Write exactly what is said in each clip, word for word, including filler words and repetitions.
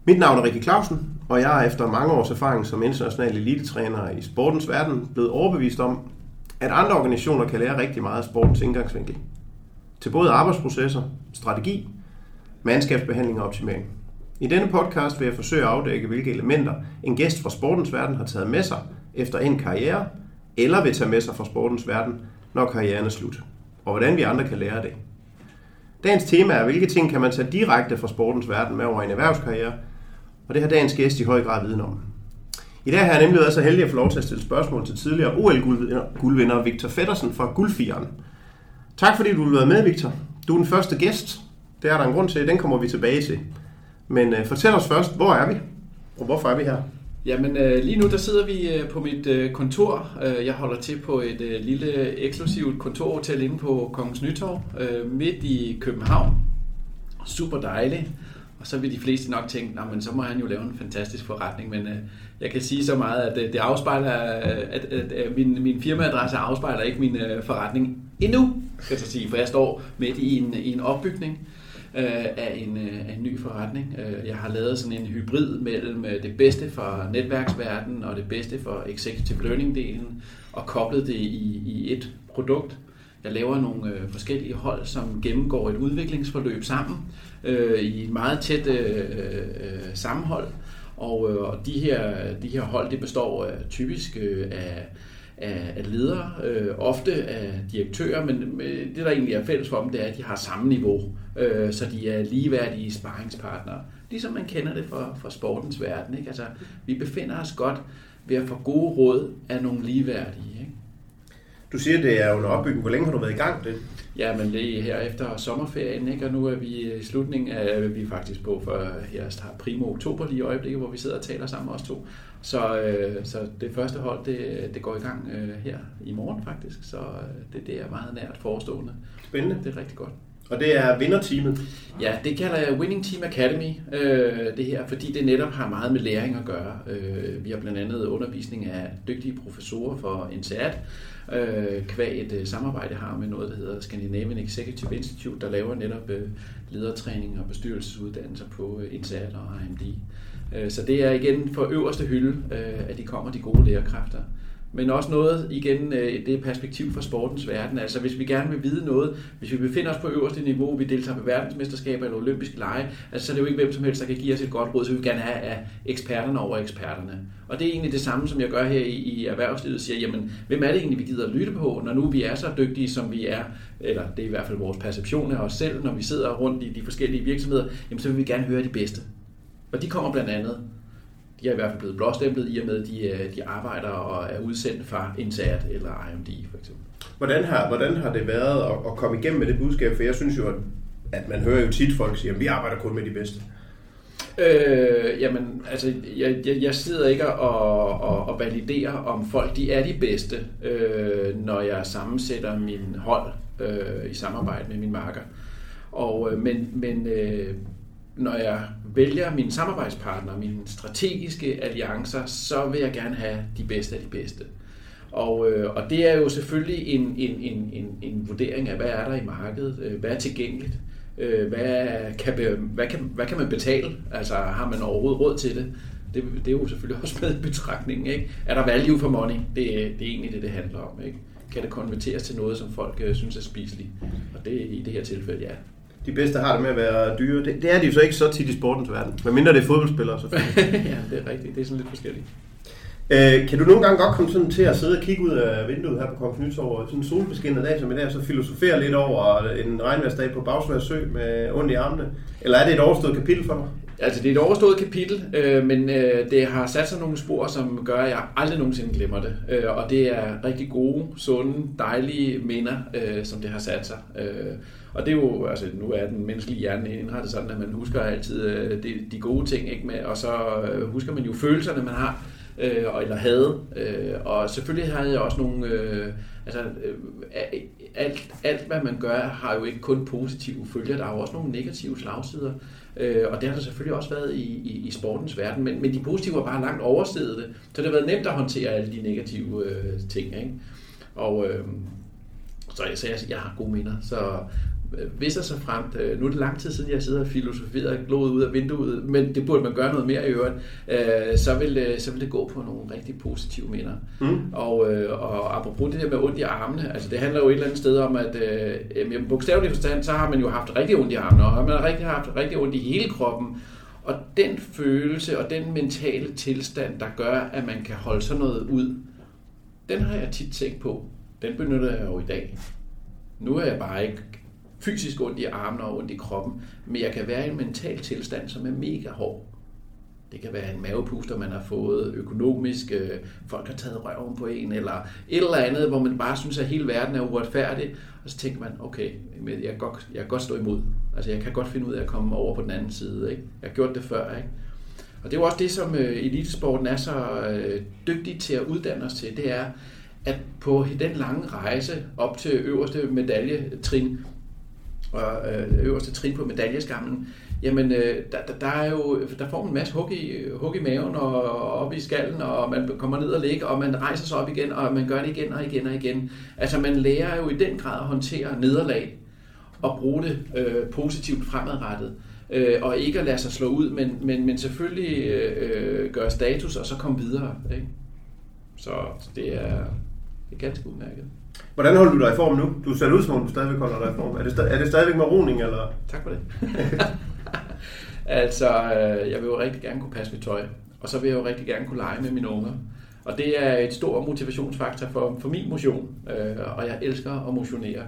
Mit navn er Rikke Clausen, og jeg er efter mange års erfaring som international elitetræner i sportens verden blevet overbevist om, at andre organisationer kan lære rigtig meget af sportens indgangsvinkel. Til både arbejdsprocesser, strategi, mandskabsbehandling og optimering. I denne podcast vil jeg forsøge at afdække, hvilke elementer en gæst fra sportens verden har taget med sig efter en karriere, eller vil tage med sig fra sportens verden, når karrieren er slut, og hvordan vi andre kan lære af det. Dagens tema er, hvilke ting kan man tage direkte fra sportens verden med over en erhvervskarriere, og det har dagens gæst i høj grad viden om. I dag har jeg nemlig været så heldig at få lov til at stille spørgsmål til tidligere O L-guldvinder Victor Feddersen fra Guldfireren. Tak fordi du vil være med, Victor. Du er den første gæst. Det er der en grund til, den kommer vi tilbage til. Men uh, fortæl os først, hvor er vi, og hvorfor er vi her? Jamen øh, lige nu der sidder vi øh, på mit øh, kontor. Øh, jeg holder til på et øh, lille eksklusivt kontorhotel inde på Kongens Nytorv, øh, midt i København. Super dejligt. Og så vil de fleste nok tænke, nej, men så må han jo lave en fantastisk forretning. Men øh, jeg kan sige så meget, at øh, det afspejler, at, at, at min, min firmaadresse afspejler ikke min øh, forretning endnu, skal jeg så sige. For jeg står midt i en, i en opbygning af en, af en ny forretning. Jeg har lavet sådan en hybrid mellem det bedste fra netværksverdenen og det bedste for executive learning-delen og koblet det i, i et produkt. Jeg laver nogle øh, forskellige hold, som gennemgår et udviklingsforløb sammen øh, i et meget tæt øh, øh, sammenhold. Og, øh, og de, her, de her hold, det består øh, typisk øh, af af ledere, øh, ofte af direktører, men det der egentlig er fælles for dem, det er, at de har samme niveau, øh, så de er ligeværdige sparringspartnere, ligesom man kender det fra, fra sportens verden. Ikke? Altså, vi befinder os godt ved at få gode råd af nogle ligeværdige. Ikke? Du siger, det er under opbygning. Hvor længe har du været i gang det? Ja, men det er her efter sommerferien, ikke? Og nu er vi i slutningen af, vi er faktisk på for her primo oktober lige i øjeblikket, hvor vi sidder og taler sammen os to. Så, øh, så det første hold, det, det går i gang øh, her i morgen faktisk, så det, det er meget nært forestående. Spændende. Det er rigtig godt. Og det er vinderteamet? Ja, det kalder jeg Winning Team Academy, øh, det her, fordi det netop har meget med læring at gøre. Øh, vi har blandt andet undervisning af dygtige professorer for N S A T, øh, kvæg et øh, samarbejde har med noget, der hedder Scandinavian Executive Institute, der laver netop øh, ledertræning og bestyrelsesuddannelser på øh, N S A T og I M D. Øh, så det er igen for øverste hylde, øh, at de kommer de gode lærerkræfter. Men også noget, igen, det perspektiv fra sportens verden. Altså hvis vi gerne vil vide noget, hvis vi befinder os på øverste niveau, vi deltager på verdensmesterskaber eller olympiske lege, altså så er det jo ikke hvem som helst, der kan give os et godt råd, så vi vil gerne have af eksperterne over eksperterne. Og det er egentlig det samme, som jeg gør her i, i erhvervslivet, siger, jamen, hvem er det egentlig, vi gider at lytte på, når nu vi er så dygtige, som vi er, eller det er i hvert fald vores perception af os selv, når vi sidder rundt i de forskellige virksomheder, jamen så vil vi gerne høre de bedste. Og de kommer blandt andet. De er i hvert fald blevet blåstemplet i og med, at de, de arbejder og er udsendt fra N S A T eller I M D for eksempel. Hvordan har, hvordan har det været at, at komme igennem med det budskab? For jeg synes jo, at man hører jo tit folk sige, at vi arbejder kun med de bedste. Øh, jamen, altså, jeg, jeg, jeg sidder ikke og, og, og validerer, om folk de er de bedste, øh, når jeg sammensætter min hold øh, i samarbejde med min marker. Og, øh, men men øh, når jeg vælger mine samarbejdspartnere, mine strategiske alliancer, så vil jeg gerne have de bedste af de bedste. Og, øh, og det er jo selvfølgelig en, en, en, en, en vurdering af, hvad er der i markedet, øh, hvad er tilgængeligt, øh, hvad, kan, hvad, kan, hvad kan man betale, altså har man overhovedet råd til det? Det, det er jo selvfølgelig også med betragtningen, ikke? Er der value for money? Det, det er egentlig det, det handler om, ikke? Kan det konverteres til noget, som folk øh, synes er spiseligt? Og det i det her tilfælde, ja. De bedste har det med at være dyre. Det, det er de jo så ikke så tit i sportens verden. Men mindre det er fodboldspillere, selvfølgelig. Ja, det er rigtigt. Det er sådan lidt forskelligt. Øh, kan du nogle gange godt komme sådan til at sidde og kigge ud af vinduet her på Kongens Nytorv, sådan en solbeskinnet dag som i dag, så filosofere lidt over en regnværsdag på Bagsværd Sø med ondt i armene? Eller er det et overstået kapitel for mig? Altså, det er et overstået kapitel, øh, men øh, det har sat sig nogle spor, som gør, at jeg aldrig nogensinde glemmer det. Øh, og det er rigtig gode, sunde, dejlige minder, øh, som det har sat sig. Øh, og det er jo, altså nu er den menneskelige hjerne indrettet sådan, at man husker altid øh, de, de gode ting, ikke med, og så øh, husker man jo følelserne, man har, øh, eller havde. Øh, og selvfølgelig havde jeg også nogle, øh, altså øh, alt, alt hvad man gør, har jo ikke kun positive følger, der er jo også nogle negative slagsider. Øh, og det har der selvfølgelig også været i, i, i sportens verden, men, men de positive var bare langt overstedet det, så det har været nemt at håndtere alle de negative øh, ting, ikke? Og øh, så, så jeg, jeg har gode minder, så hvis og så fremt, nu er det lang tid siden, jeg sidder og filosoferer og glået ud af vinduet, men det burde man gøre noget mere i øvrigt, så vil, så vil det gå på nogle rigtig positive minder. Mm. Og, og apropos det der med ondt i armene, altså det handler jo et eller andet sted om, at øh, bogstaveligt forstand, så har man jo haft rigtig ondt i armene, og man har rigtig haft rigtig ondt i hele kroppen. Og den følelse og den mentale tilstand, der gør, at man kan holde sådan noget ud, den har jeg tit tænkt på. Den benytter jeg jo i dag. Nu er jeg bare ikke fysisk ondt i armene og ondt i kroppen, men jeg kan være i en mental tilstand, som er mega hård. Det kan være en mavepuster, man har fået økonomisk, øh, folk har taget røven på en, eller et eller andet, hvor man bare synes, at hele verden er uretfærdig, og så tænker man, okay, jeg kan godt, jeg kan godt stå imod. Altså jeg kan godt finde ud af at komme over på den anden side. Ikke? Jeg har gjort det før. Ikke? Og det er jo også det, som øh, elitesporten er så øh, dygtig til at uddanne os til, det er, at på den lange rejse op til øverste medaljetrin, og øh, øverste trin på medaljeskamlen, jamen øh, der, der, der, er jo, der får man en masse hug i, hug i maven og, og op i skallen, og man kommer ned og ligger, og man rejser sig op igen, og man gør det igen og igen og igen. Altså man lærer jo i den grad at håndtere nederlag og bruge det øh, positivt fremadrettet. Øh, og ikke at lade sig slå ud, men, men, men selvfølgelig øh, gøre status og så komme videre. Ikke? Så det er, det er ganske udmærket. Hvordan holder du dig i form nu? Du ser ud som om du stadigvæk holder dig i form. Er det, er det stadigvæk med roning, eller? Tak for det. altså, øh, jeg vil jo rigtig gerne kunne passe mit tøj, og så vil jeg jo rigtig gerne kunne lege med mine unger. Og det er et stor motivationsfaktor for, for min motion, øh, og jeg elsker at motionere.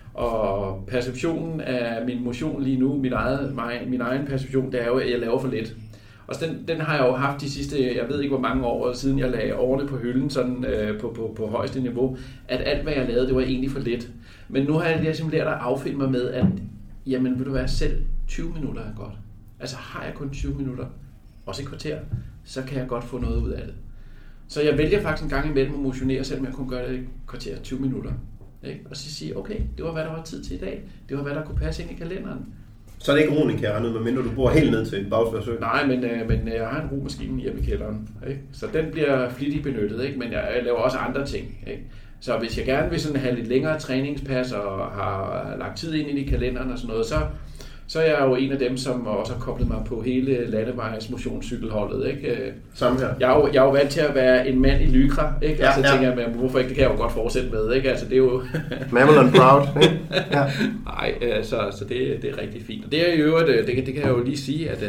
Og perceptionen af min motion lige nu, min, eget, min egen perception, det er jo, at jeg laver for lidt. Og den, den har jeg jo haft de sidste, jeg ved ikke hvor mange år siden jeg lagde årene på hylden sådan, øh, på, på, på højeste niveau, at alt hvad jeg lavede, det var egentlig for lidt. Men nu har jeg simpelthen lært at affinde mig med, at jamen, vil du være selv tyve minutter er godt. Altså har jeg kun tyve minutter, også et kvarter, så kan jeg godt få noget ud af det. Så jeg vælger faktisk en gang imellem at motionere, selvom jeg kun gør det et kvarter, tyve minutter. Ikke? Og så sige, okay, det var hvad der var tid til i dag. Det var hvad der kunne passe ind i kalenderen. Så er det ikke roning, kan jeg regne ud, medmindre du bor helt ned til Bagsværd Sø? Nej, men, øh, men jeg har en romaskine hjemme i kælderen. Ikke? Så den bliver flittigt benyttet, ikke? Men jeg, jeg laver også andre ting. Ikke? Så hvis jeg gerne vil sådan have lidt længere træningspas og har lagt tid ind i kalenderen og sådan noget, så, så er jeg jo en af dem, som også har koblet mig på hele landevejs motionscykelholdet. Ikke? Samme her. Jeg er, jo, jeg er jo vant til at være en mand i Lycra, ikke? Ja, og så ja. tænker jeg, hvorfor ikke? Det kan jeg jo godt fortsætte med. Ikke? Altså, det er jo Mammal and proud. Ja. Nej, så, så det, det er rigtig fint. Og det er i øvrigt, det, det kan jeg jo lige sige, at,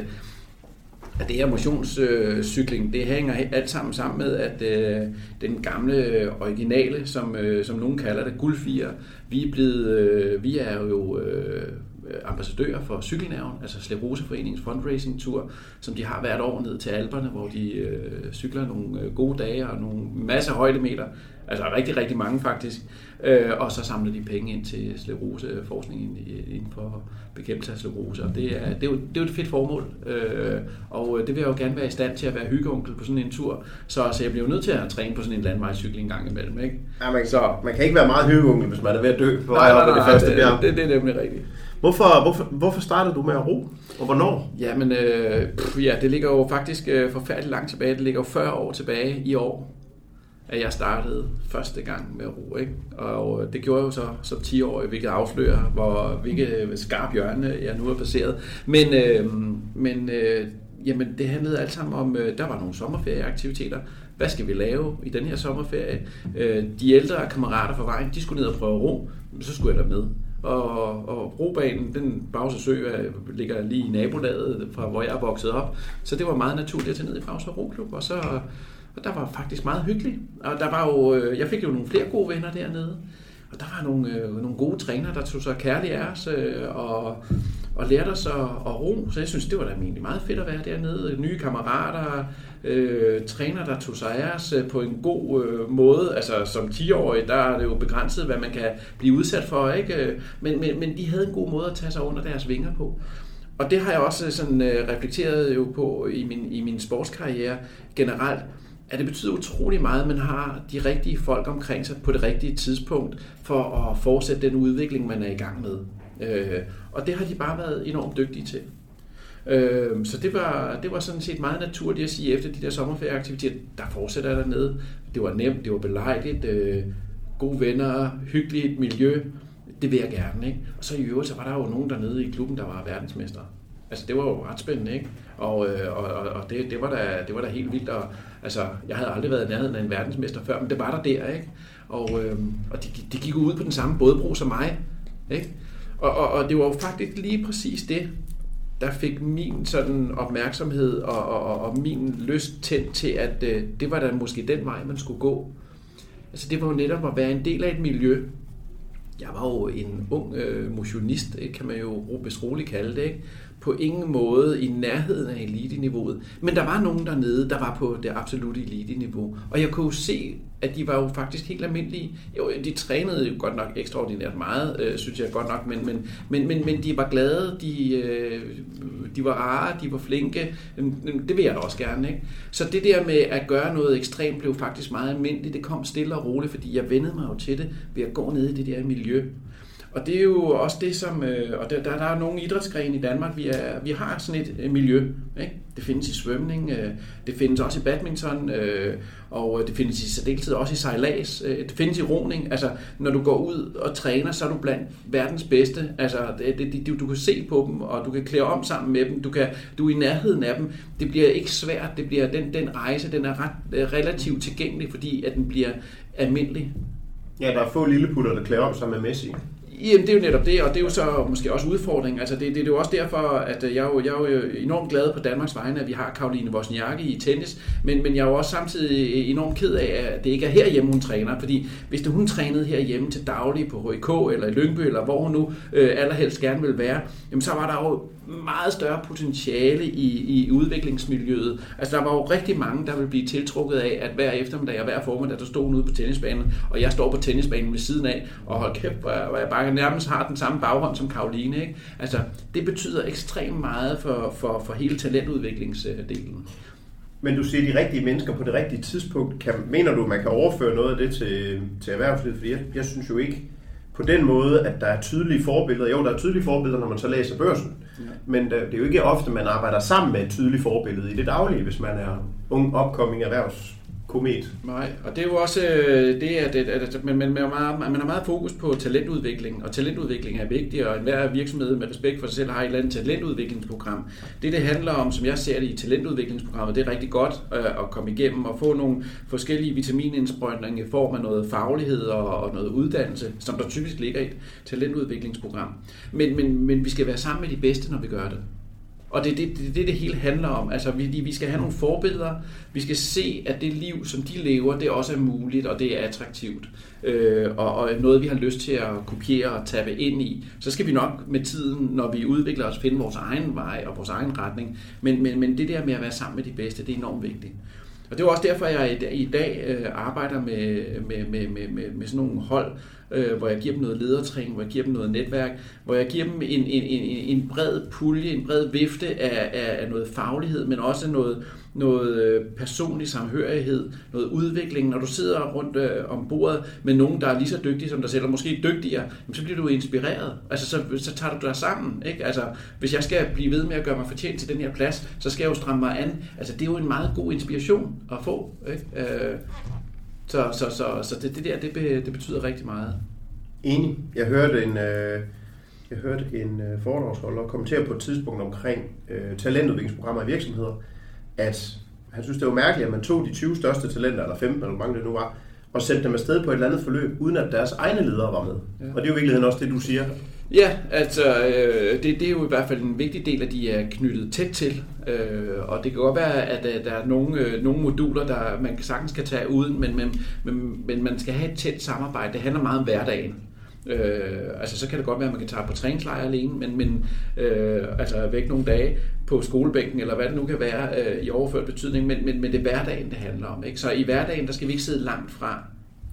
at det her motionscykling, det hænger alt sammen sammen med, at øh, den gamle originale, som, øh, som nogen kalder det, Guldfire, vi er blevet, øh, vi er jo øh, ambassadører for Cykelnerven, altså Scleroseforeningens fundraising tour, som de har hvert år ned til Alperne, hvor de øh, cykler nogle øh, gode dage og nogle masser af højdemeter, altså rigtig, rigtig mange faktisk, øh, og så samler de penge ind til skleroseforskning inden for bekæmpelse af sklerose, og det er, det er, jo, det er jo et fedt formål, øh, og det vil jeg jo gerne være i stand til at være hyggeonkel på sådan en tur, så, så jeg bliver jo nødt til at træne på sådan en landevejscykling en gang imellem, ikke? Ja, man, så, man kan ikke være meget hyggeonkel, hvis man er ved at dø på vej op ad det første bjerg. Det, det er nemlig rigtigt. Hvorfor, hvorfor, hvorfor startede du med at ro, og hvornår? Jamen, øh, pff, ja, det ligger jo faktisk øh, forfærdeligt langt tilbage. Det ligger jo fyrre år tilbage i år, at jeg startede første gang med at ro. Ikke? Og det gjorde jeg jo så som ti-årig, hvilket afslører, hvor, hvilket skarp hjørne jeg nu er passeret. Men, øh, men øh, jamen, det handlede alt sammen om, øh, der var nogle sommerferieaktiviteter. Hvad skal vi lave i den her sommerferie? Øh, de ældre kammerater fra vejen, de skulle ned og prøve at ro, så skulle jeg der med. Og, og robanen, den Bagsværd Sø, ligger lige i nabolaget fra hvor jeg er vokset op. Så det var meget naturligt at tage ned i Bagsværd Roklub, og så og der var faktisk meget hyggeligt. Og der var jo, jeg fik jo nogle flere gode venner dernede. Og der var nogle, øh, nogle gode trænere, der tog sig kærligt af os øh, og, og lærte os at, at ro. Så jeg synes, det var da egentlig meget fedt at være dernede. Nye kammerater, øh, trænere, der tog sig af os på en god øh, måde. Altså som ti-årig, der er det jo begrænset, hvad man kan blive udsat for. Ikke? Men, men, men de havde en god måde at tage sig under deres vinger på. Og det har jeg også sådan, øh, reflekteret jo på i min, i min sportskarriere generelt. At det betyder utrolig meget, at man har de rigtige folk omkring sig på det rigtige tidspunkt for at fortsætte den udvikling, man er i gang med. Øh, og det har de bare været enormt dygtige til. Øh, så det var, det var sådan set meget naturligt at sige efter de der sommerferieaktiviteter, der fortsætter dernede. Det var nemt, det var belejligt, øh, gode venner, hyggeligt miljø. det vil jeg gerne, ikke? Og så i øvrigt, så var der jo nogen dernede i klubben, der var verdensmester. Altså, det var jo ret spændende, ikke? Og, og, og det, det, var da, det var da helt vildt. Og, altså, jeg havde aldrig været i nærheden af en verdensmester før, men det var der der, ikke? Og, øh, og de, de gik ud på den samme bådbro som mig, ikke? Og, og, og det var jo faktisk lige præcis det, der fik min sådan opmærksomhed og, og, og min lyst tændt til, at øh, det var da måske den vej, man skulle gå. Altså, det var jo netop at være en del af et miljø. Jeg var jo en ung øh, motionist, kan man jo vist roligt kalde det, ikke? På ingen måde i nærheden af eliteniveauet. Men der var nogen dernede, der var på det absolutte eliteniveau. Og jeg kunne jo se, at de var jo faktisk helt almindelige. Jo, de trænede jo godt nok ekstraordinært meget, øh, synes jeg godt nok, men, men, men, men, men de var glade, de, øh, de var rare, de var flinke. Det vil jeg da også gerne, ikke? Så det der med at gøre noget ekstremt blev faktisk meget almindeligt. Det kom stille og roligt, fordi jeg vendede mig jo til det ved at gå ned i det der miljø. Og det er jo også det, som... Øh, og der, der, der er nogle idrætsgrene i Danmark, vi, er, vi har sådan et øh, miljø. Ikke? Det findes i svømning, øh, det findes også i badminton, øh, og det findes i særdeleshed også i sejlads. Øh, det findes i roning. Altså, når du går ud og træner, så er du blandt verdens bedste. Altså, det, det, du, du kan se på dem, og du kan klæde om sammen med dem. Du, kan, du er i nærheden af dem. Det bliver ikke svært. Det bliver, den, den rejse den er ret, relativt tilgængelig, fordi at den bliver almindelig. Ja, der er få lilleputter, der klæder om sig med Messi. Jamen, det er jo netop det, og det er jo så måske også udfordringen. Altså, det, det, det er jo også derfor, at jeg er, jo, jeg er jo enormt glad på Danmarks vegne, at vi har Caroline Wozniacki i tennis, men, men jeg er jo også samtidig enormt ked af, at det ikke er herhjemme, hun træner. Fordi hvis det, hun trænede herhjemme til daglig på H I K eller i Lyngby, eller hvor hun nu øh, allerhelst gerne vil være, jamen, så var der jo meget større potentiale i, i udviklingsmiljøet. Altså, der var jo rigtig mange, der ville blive tiltrukket af, at hver eftermiddag og hver formiddag, der stod hun ude på tennisbanen, og jeg står på tennisbanen ved siden af, og hold kæft, hvor jeg, hvor jeg bare nærmest har den samme baghånd som Caroline, ikke? Altså, det betyder ekstremt meget for, for, for hele talentudviklingsdelen. Men du siger de rigtige mennesker på det rigtige tidspunkt. Kan, mener du, man kan overføre noget af det til, til erhvervslivet? Fordi jeg, jeg synes jo ikke på den måde, at der er tydelige forbilleder. Jo, der er tydelige forbilleder, når man så læser Børsen. Ja. Men det er jo ikke ofte, man arbejder sammen med et tydeligt forbillede i det daglige, hvis man er ung, upcoming erhvervs. Komet. Nej, og det er jo også det, at, at, at man, man, meget, man har meget fokus på talentudvikling, og talentudvikling er vigtig, og enhver virksomhed med respekt for sig selv har et eller andet talentudviklingsprogram. Det, det handler om, som jeg ser det i talentudviklingsprogrammet, det er rigtig godt øh, at komme igennem og få nogle forskellige vitaminindsprøjtninger i form af noget faglighed og, og noget uddannelse, som der typisk ligger i et talentudviklingsprogram. Men, men, men vi skal være sammen med de bedste, når vi gør det. Og det er det, det, det, det hele handler om. Altså, vi, vi skal have nogle forbilleder. Vi skal se, at det liv, som de lever, det også er muligt, og det er attraktivt. Øh, og, og noget, vi har lyst til at kopiere og tappe ind i. Så skal vi nok med tiden, når vi udvikler os, finde vores egen vej og vores egen retning. Men, men, men det der med at være sammen med de bedste, det er enormt vigtigt. Og det er også derfor, jeg i dag øh, arbejder med, med, med, med, med sådan nogle hold, øh, hvor jeg giver dem noget ledertræning, hvor jeg giver dem noget netværk, hvor jeg giver dem en, en, en, en bred pulje, en bred vifte af, af, af noget faglighed, men også noget, noget personlig samhørighed, noget udvikling. Når du sidder rundt øh, om bordet med nogen, der er lige så dygtige som dig selv, og måske dygtigere, så bliver du inspireret. Altså, så, så tager du dig sammen. Ikke? Altså, hvis jeg skal blive ved med at gøre mig fortjent til den her plads, så skal jeg jo stramme mig an. Altså, det er jo en meget god inspiration at få. Ikke? Øh, så så, så, så det, det der, det, be, det betyder rigtig meget. Enig. Jeg hørte en... Øh Jeg hørte en foredragsholder kommentere på et tidspunkt omkring øh, talentudviklingsprogrammer i virksomheder, at han synes, det var mærkeligt, at man tog de tyve største talenter, eller femten, eller hvor mange det nu var, og sendte dem afsted på et eller andet forløb, uden at deres egne ledere var med. Ja. Og det er jo i virkeligheden også det, du siger. Ja, altså øh, det, det er jo i hvert fald en vigtig del, at de er knyttet tæt til. Øh, og det kan godt være, at, at der er nogle, øh, nogle moduler, der man sagtens kan tage uden, men, men, men, men man skal have et tæt samarbejde. Det handler meget om hverdagen. Øh, altså så kan det godt være, at man kan tage på træningslejr alene, men, men øh, altså væk nogle dage på skolebænken, eller hvad det nu kan være øh, i overført betydning, men, men, men det er hverdagen, det handler om. Ikke? Så i hverdagen, der skal vi ikke sidde langt fra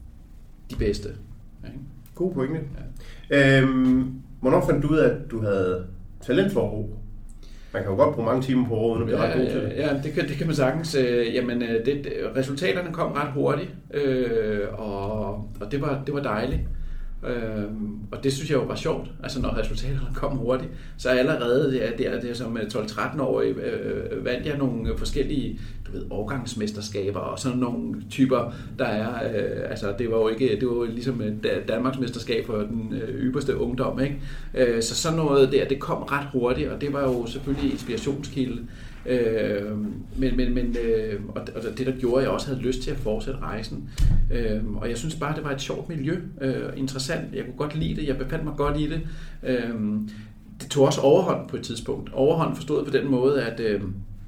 de bedste. Ikke? God pointe. Ja. Øhm, hvornår fandt du ud af, at du havde talent for at ro? Man kan jo godt bruge mange timer på året, uden at blive ja, ret god til det. Ja, det kan, det kan man sagtens. Øh, jamen, det, resultaterne kom ret hurtigt, øh, og, og det, var, det var dejligt. Øhm, og det synes jeg jo var sjovt, altså når resultaterne kom hurtigt, så allerede ja, der, der som tolv-tretten-årig øh, vandt jeg nogle forskellige, du ved, årgangsmesterskaber og sådan nogle typer, der er, øh, altså det var jo ikke, det var jo ligesom Danmarks mesterskab for den øh, ypperste ungdom, ikke? Øh, så sådan noget der, det kom ret hurtigt, og det var jo selvfølgelig inspirationskilde. Øh, men men, men øh, og det der gjorde, at jeg også havde lyst til at fortsætte rejsen, øh, og jeg synes bare, det var et sjovt miljø, øh, interessant, jeg kunne godt lide det, jeg befandt mig godt i det. Øh, det tog også overhånd på et tidspunkt. Overhånd forstået på den måde, at øh,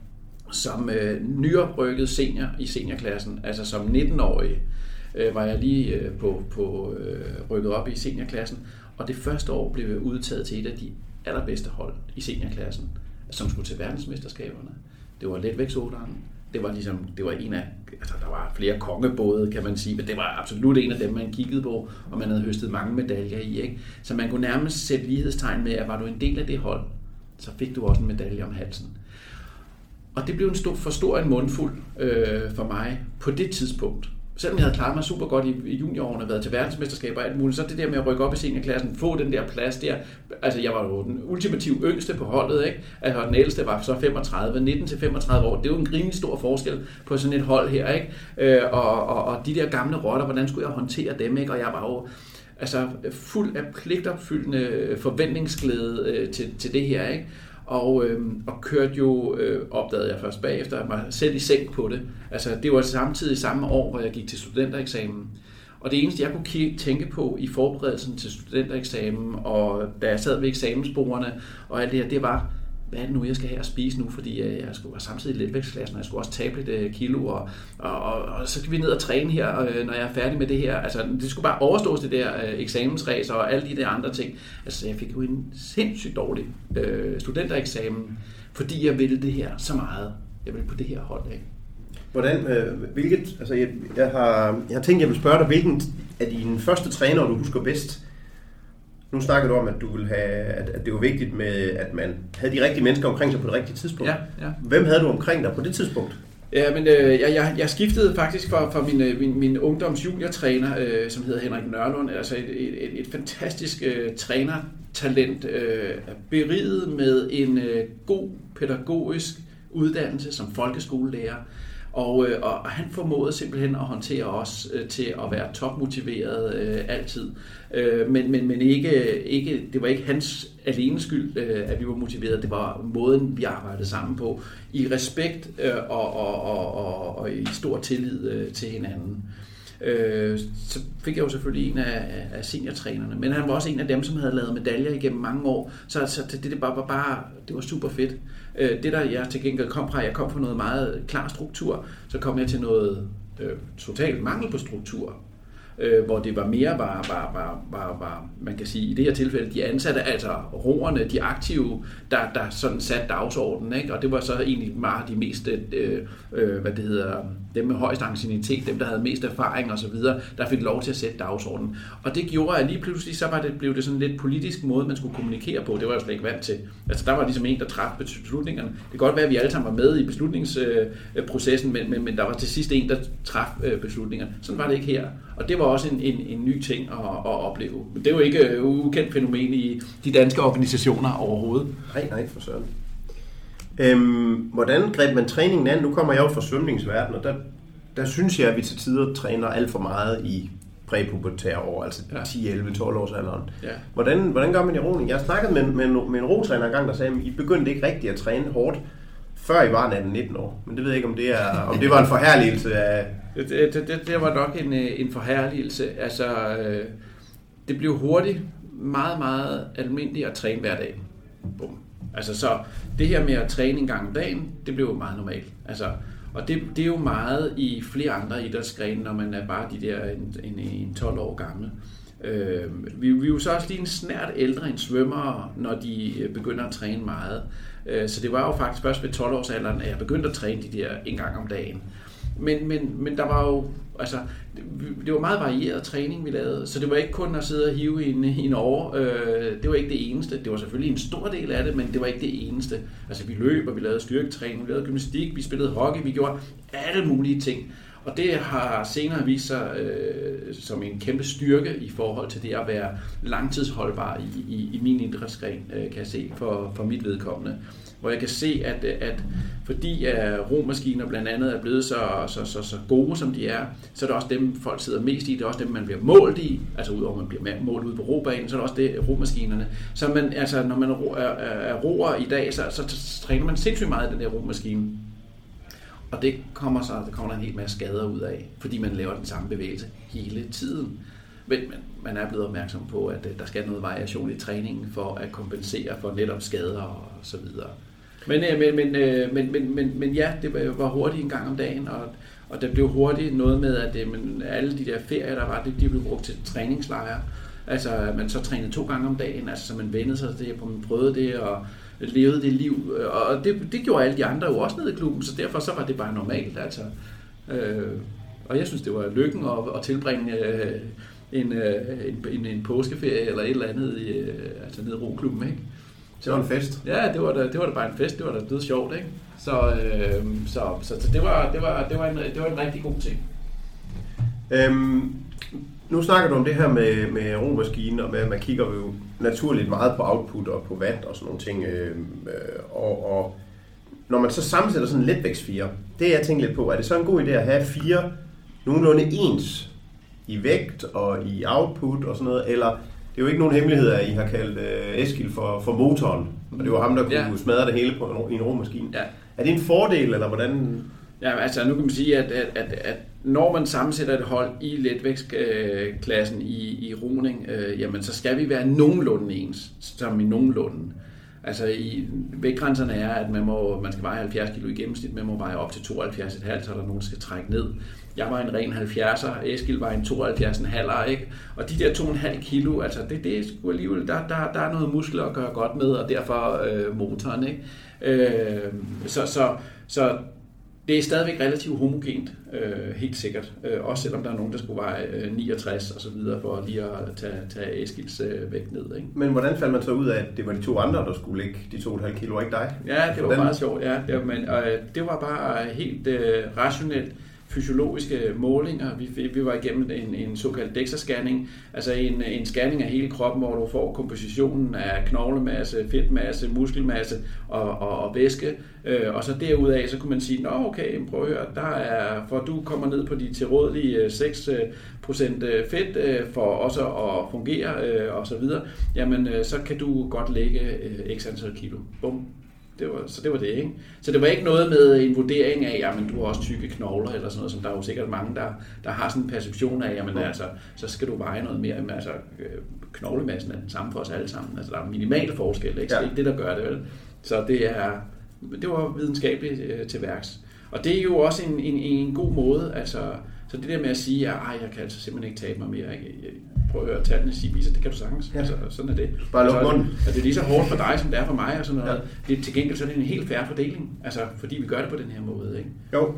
som øh, nyoprykket senior i seniorklassen, altså som nitten-årig, øh, var jeg lige øh, på, på øh, rykket op i seniorklassen, og det første år blev jeg udtaget til et af de allerbedste hold i seniorklassen, som skulle til verdensmesterskaberne. Det var letvægtsotteren. Det var ligesom, det var en af, altså der var flere kongebåde, kan man sige, men det var absolut en af dem, man kiggede på, og man havde høstet mange medaljer i, ikke? Så man kunne nærmest sætte lighedstegn med, at var du en del af det hold, så fik du også en medalje om halsen. Og det blev en stor, for stor en mundfuld øh, for mig på det tidspunkt. Selvom jeg havde klaret mig super godt i juniorårene, været til verdensmesterskaber og alt muligt, så det der med at rykke op i seniorklassen, få den der plads der, altså jeg var jo den ultimative yngste på holdet, ikke? Altså den ældste var så femogtredive, nitten til femogtredive år, det er jo en rimelig stor forskel på sådan et hold her, ikke? Øh, og, og, og de der gamle rotter, hvordan skulle jeg håndtere dem, ikke? Og jeg var jo altså fuld af pligtopfyldende forventningsglæde øh, til, til det her, ikke? Og, øh, og kørte jo, øh, opdagede jeg først bagefter, mig selv i seng på det. Altså det var samtidig samme år, hvor jeg gik til studentereksamen. Og det eneste, jeg kunne tænke på i forberedelsen til studentereksamen, og da jeg sad ved eksamensbordene og alt det her, det var, hvad er det nu, jeg skal have at spise nu, fordi jeg skulle være samtidig i letvægtsklassen, og jeg skulle også tabe lidt kilo, og, og, og, og så skal vi ned og træne her, når jeg er færdig med det her. Altså, det skulle bare overstås, det der eksamensræs og alle de der andre ting. Altså, jeg fik jo en sindssygt dårlig øh, studentereksamen, fordi jeg ville det her så meget. Jeg ville på det her hold af. Hvordan, øh, hvilket, altså jeg, jeg, har, jeg har tænkt, jeg vil spørge dig, hvilken af dine første trænere, du husker bedst? Nu snakker du om, at du ville have, at, at det var vigtigt med, at man havde de rigtige mennesker omkring sig på det rigtige tidspunkt. Ja, ja. Hvem havde du omkring dig på det tidspunkt? Ja, men øh, jeg, jeg, jeg skiftede faktisk fra, fra min, min, min ungdoms juniortræner, øh, som hedder Henrik Nørlund, altså et, et, et, et fantastisk øh, trænertalent, øh, beriget med en øh, god pædagogisk uddannelse som folkeskolelærer. Og, øh, og han formåede simpelthen at håndtere os øh, til at være topmotiveret øh, altid. Øh, men men, men ikke, ikke, det var ikke hans alene skyld, øh, at vi var motiveret. Det var måden, vi arbejdede sammen på. I respekt øh, og, og, og, og, og i stor tillid øh, til hinanden. Øh, så fik jeg jo selvfølgelig en af, af seniortrænerne, men han var også en af dem, som havde lavet medaljer igennem mange år, så, så det, det bare var bare, det var super fedt. Øh, det der jeg til gengæld kom fra, jeg kom fra noget meget klar struktur, så kom jeg til noget øh, totalt mangel på struktur, øh, hvor det var mere var, var, var, var, var, man kan sige, i det her tilfælde, de ansatte, altså roerne, de aktive, der, der sådan satte dagsordenen, ikke? Og det var så egentlig meget de mest, øh, øh, hvad det hedder, dem med højst anciennitet, dem der havde mest erfaring og så videre, der fik lov til at sætte dagsordenen. Og det gjorde, at lige pludselig, så var det, blev det sådan lidt politisk måde, man skulle kommunikere på. Det var jeg slet ikke vant til. Altså der var ligesom en, der træffede beslutningerne. Det kan godt være, at vi alle sammen var med i beslutningsprocessen, men, men, men der var til sidst en, der træffede beslutningerne. Sådan var det ikke her. Og det var også en, en, en ny ting at, at opleve. Men det er jo ikke et ukendt fænomen i de danske organisationer overhovedet. Nej, nej, for søren. Øhm, hvordan greb man træningen an? Nu kommer jeg jo fra svømningsverdenen, og der, der synes jeg, at vi til tider træner alt for meget i præpubertære år, altså ja. ti, elleve, tolv års alderen. Ja. Hvordan, hvordan gør man i roning? Jeg snakkede med, med, med en rotræner engang, der sagde, at I begyndte ikke rigtigt at træne hårdt, før I var atten nitten år. Men det ved jeg ikke, om det, er, om det var en forherligelse af... Det, det, det, det var nok en, en forherligelse. Altså, øh, det blev hurtigt meget, meget almindeligt at træne hver dag. Bum. Altså, så det her med at træne en gang om dagen, det blev jo meget normalt. Altså, og det, det er jo meget i flere andre idrætsgrene, når man er bare de der en, en, en tolv år gamle. Øh, vi, vi er jo så også lige en snært ældre end svømmere, når de begynder at træne meget. Øh, så det var jo faktisk først ved tolv års alderen, at jeg begyndte at træne de der en gang om dagen. Men, men, men der var jo, altså, det, det var meget varieret træning, vi lavede, så det var ikke kun at sidde og hive i en, i en år. Øh, det var ikke det eneste. Det var selvfølgelig en stor del af det, men det var ikke det eneste. Altså, vi løb, og vi lavede styrketræning, vi lavede gymnastik, vi spillede hockey, vi gjorde alle mulige ting. Og det har senere vist sig øh, som en kæmpe styrke i forhold til det at være langtidsholdbar i, i, i min idrætsgren, øh, kan jeg se for, for mit vedkommende. Hvor jeg kan se, at, at fordi at romaskiner blandt andet er blevet så, så, så, så gode, som de er, så er det også dem, folk sidder mest i. Det er også dem, man bliver målt i. Altså udover at man bliver målt ude på robanen, så er det også det, romaskinerne. Så man, altså, når man er, er, er roer i dag, så, så, så træner man sindssygt meget i den der romaskine. Og det kommer, så, der kommer der en hel masse skader ud af, fordi man laver den samme bevægelse hele tiden. Men man er blevet opmærksom på, at der skal noget variation i træningen for at kompensere for netop skader og så videre. Men, men, men, men, men, men, men ja, det var hurtigt en gang om dagen, og, og det blev hurtigt noget med, at det, men alle de der ferier, der var, de blev brugt til træningslejre. Altså, man så trænede to gange om dagen, altså så man vendede sig til det, man prøvede det og levede det liv. Og det, det gjorde alle de andre jo også nede i klubben, så derfor så var det bare normalt. Altså. Øh, og jeg synes, det var lykken at, at tilbringe øh, en, en, en, en påskeferie eller et eller andet i, altså nede i roklubben, ikke? Det var en fest. Ja, det var da, det var da bare en fest. Det var da død sjovt, ikke? Så, øh, så, så, så det, var, det, var, det, var en, det var en rigtig god ting. Øhm, nu snakker du om det her med, med romaskinen, og med, at man kigger jo naturligt meget på output og på watt og sådan nogle ting. Øh, og, og når man så sammensætter sådan en letvægtsfire, det jeg tænker lidt på, er det så en god idé at have fire nogenlunde ens i vægt og i output og sådan noget, eller... Det er jo ikke nogen hemmelighed, at I har kaldt uh, Eskild for, for motoren, og det var ham, der kunne ja. smadre det hele på en, i en romaskine. Ja. Er det en fordel, eller hvordan? Ja, altså nu kan man sige, at, at, at, at når man sammensætter et hold i letvægtsklassen i, i roning, øh, jamen så skal vi være nogenlunde ens, som i nogenlunde. Altså i vægtgrænserne er, at man, må, man skal veje halvfjerds kilo i gennemsnit, man må veje op til tooghalvfjerds komma fem, så er der nogen, der skal trække ned. Jeg var en ren halvfjerdser, Eskild var en tooghalvfjerds komma fem, ikke? Og de der to komma fem kilo, altså det, det er sgu alligevel, der, der, der er noget muskler at gøre godt med, og derfor øh, motoren, ikke? Øh, så, så, så det er stadigvæk relativt homogent, øh, helt sikkert. Øh, også selvom der er nogen, der skulle veje øh, niogtres og så videre, for lige at tage, tage Eskilds øh, vægt ned, ikke? Men hvordan fandt man så ud af, at det var de to andre, der skulle ligge de to komma fem kilo, ikke dig? Ja, det var hvordan? Meget sjovt, ja. Det var, men, øh, det var bare helt øh, rationelt. Fysiologiske målinger. Vi, vi var igennem en, en såkaldt DEXA-scanning, altså en, en scanning af hele kroppen, hvor du får kompositionen af knoglemasse, fedtmasse, muskelmasse og, og, og væske. Øh, og så derudaf, så kunne man sige, nå okay, prøv at høre, der er, for du kommer ned på de tilrådelige seks procent fedt øh, for også at fungere øh, og så videre, jamen øh, så kan du godt lægge øh, x antal kilo. Bum. Det var, så det var det, ikke? Så det var ikke noget med en vurdering af, jamen du har også tykke knogler eller sådan noget, som der er jo sikkert mange, der, der har sådan en perception af, jamen altså, så skal du veje noget mere, men altså knoglemassen er den samme for os alle sammen, altså der er minimal forskel, ikke? Så det er ikke det, der gør det, vel? Så det er, det var videnskabeligt øh, til værks. Og det er jo også en, en, en god måde, altså, så det der med at sige, at jeg kan altså simpelthen ikke tabe mig mere, ikke? Prøv at høre tallene sige, viser, det kan du sagtens. Ja. Altså, sådan er det. Bare luk munden. Altså, det er lige så hårdt for dig, som det er for mig, og sådan noget. Ja. Det, til gengæld så er det en helt fair fordeling, altså, fordi vi gør det på den her måde, ikke? Jo.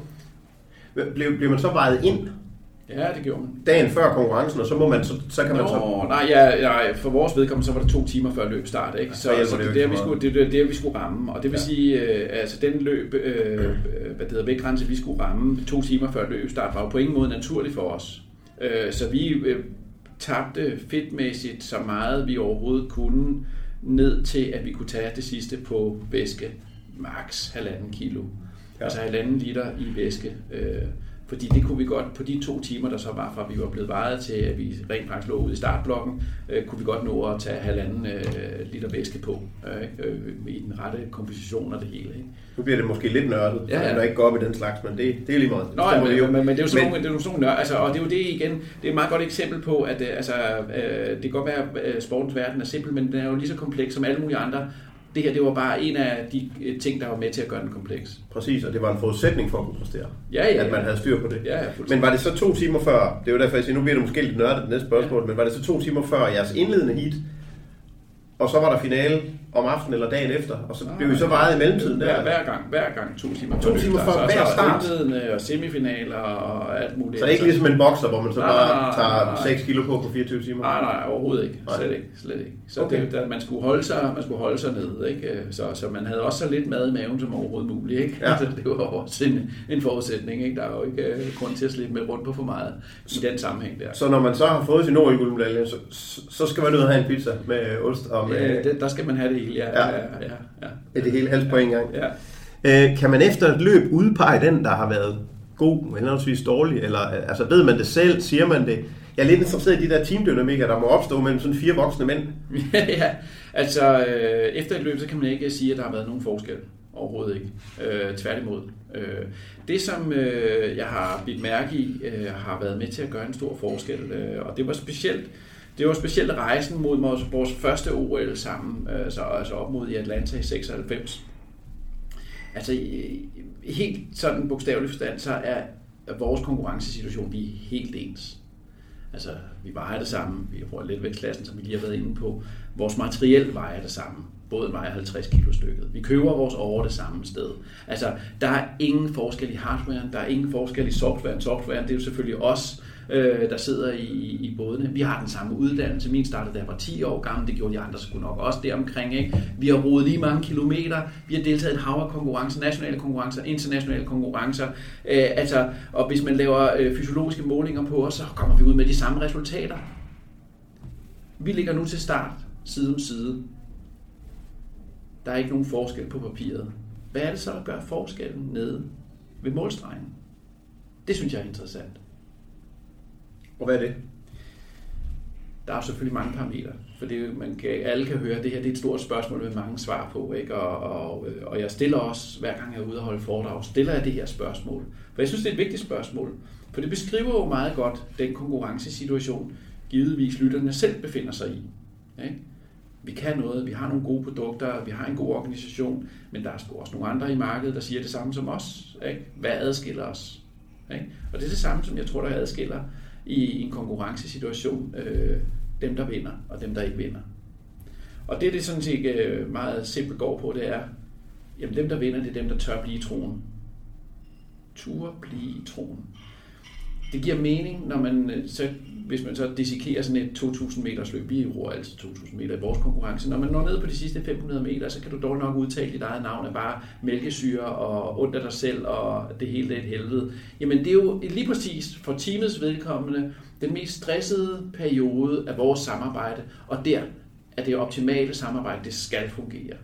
Blev, blev man så vejet ind? Ja, det gjorde man. Dagen før konkurrencen, og så må man så, så kan man Nå, så... Nej, ja, ja, for vores vedkommende, så var det to timer før løbstart, ikke? Så, ja, så, så det, det, vi skulle, det, det, det vi skulle ramme, og det vil ja. sige, øh, altså den løb, øh, hvad det hedder, vægtgrænse, vi skulle ramme to timer før løbstart, var jo på ingen måde naturligt for os. Øh, så vi øh, tabte fedtmæssigt så meget, vi overhovedet kunne, ned til, at vi kunne tage det sidste på væske, max halvanden kilo. Ja. Altså halvanden liter i væske. Øh, Fordi det kunne vi godt, på de to timer, der så var fra, vi var blevet vejet til, at vi rent faktisk lå ude i startblokken, øh, kunne vi godt nå at tage halvanden øh, liter væske på, øh, øh, i den rette komposition og det hele. Ikke? Nu bliver det måske lidt nørdet, ja, ja. Så jeg ikke går op i den slags, men det, det er lige meget. Nå, ja, men, jo. men, men det er jo sådan men... nogle, nogle nørd, altså, og det er jo det igen, det er et meget godt eksempel på, at altså, øh, det kan godt være, at sportens verden er simpel, men den er jo lige så kompleks som alle mulige andre. Det her, det var bare en af de ting, der var med til at gøre den kompleks. Præcis, og det var en forudsætning for at kunne præstere. Ja, ja. At man havde styr på det. Ja, ja, men var det så to timer før, det er jo derfor, jeg siger, nu bliver det måske lidt nørdet det næste spørgsmål, ja. Men var det så to timer før jeres indledende heat, og så var der finale om aftenen eller dagen efter, og så blev vi så vejet i mellemtiden der. Hver, hver gang, hver gang to timer. To timer for hver start. Og semifinaler og alt muligt. Så ikke ligesom en bokser, hvor man så nej, bare tager nej, seks kilo på på fireogtyve timer? Nej, nej, overhovedet ikke. Slet ikke. Slet ikke. Så okay. det, der, man, skulle holde sig, man skulle holde sig nede, ikke? Så, så man havde også så lidt mad i maven som overhovedet muligt, ikke? Ja. Altså, det var også en, en forudsætning, ikke? Der er jo ikke uh, grund til at slippe med rundt på for meget i den sammenhæng der. Så når man så har fået sin O L-guldmedalje, så, så skal man ud og have en pizza med ost og med... Ja, det, der skal man have det hele, ja. ja. ja, ja, ja. ja det hele helst på en gang. Ja. Øh, kan man efter et løb udpege den, der har været god, henholdsvis dårlig, eller altså ved man det selv, siger man det? Jeg er lidt interesseret i de der teamdynamikker, der må opstå mellem sådan fire voksne mænd. Ja, altså øh, efter et løb, så kan man ikke sige, at der har været nogen forskel. Overhovedet ikke. Øh, tværtimod. Øh, det, som øh, jeg har bidt mærke i, øh, har været med til at gøre en stor forskel, øh, og det var specielt Det var specielt rejsen mod vores, vores første O L sammen, altså, altså op mod i Atlanta i seksoghalvfems. Altså helt sådan bogstaveligt forstand, så er vores konkurrencesituation vi er helt ens. Altså vi vejer det samme, vi bruger letvægtsklassen, som vi lige har været inde på. Vores materiel vejer det samme. Båden vejer halvtreds kilo stykket. Vi køber vores over det samme sted. Altså der er ingen forskel i hardwaren, der er ingen forskel i softwaren. Softwaren, det er jo selvfølgelig os, øh, der sidder i, i bådene. Vi har den samme uddannelse. Min startede, da jeg var ti år gammel. Det gjorde de andre sgu nok også deromkring. Ikke? Vi har rodet lige mange kilometer. Vi har deltaget i et hav af konkurrencer, nationale konkurrencer, internationale konkurrencer. Øh, altså, og hvis man laver øh, fysiologiske målinger på os, så kommer vi ud med de samme resultater. Vi ligger nu til start, side om side. Der er ikke nogen forskel på papiret. Hvad er det så, der gør forskellen nede ved målstregen? Det synes jeg er interessant. Og hvad er det? Der er selvfølgelig mange parametre, for det, man kan, alle kan høre, at det her det er et stort spørgsmål med mange svar på. Ikke? Og, og, og jeg stiller også, hver gang jeg er ude og holde foredrag, stiller jeg det her spørgsmål. For jeg synes, det er et vigtigt spørgsmål. For det beskriver jo meget godt den konkurrencesituation, givetvis lytterne selv befinder sig i. Ikke? Vi kan noget, vi har nogle gode produkter, vi har en god organisation, men der er sgu også nogle andre i markedet, der siger det samme som os. Ikke? Hvad adskiller os? Ikke? Og det er det samme, som jeg tror, der adskiller i en konkurrencesituation, øh, dem der vinder og dem der ikke vinder. Og det, det sådan set øh, meget simpelt går på, det er, jamen dem der vinder, det er dem, der tør blive i troen. Turde blive i troen. Det giver mening, når man så, hvis man så dissekerer sådan et to tusind meters løb, vi bruger altid to tusind meter i vores konkurrence, når man når ned på de sidste fem hundrede meter, så kan du dog nok udtale dit eget navn af bare mælkesyre og ondt af dig selv, og det hele er et helvede. Jamen det er jo lige præcis for teamets vedkommende den mest stressede periode af vores samarbejde, og der er det optimale samarbejde, det skal fungere.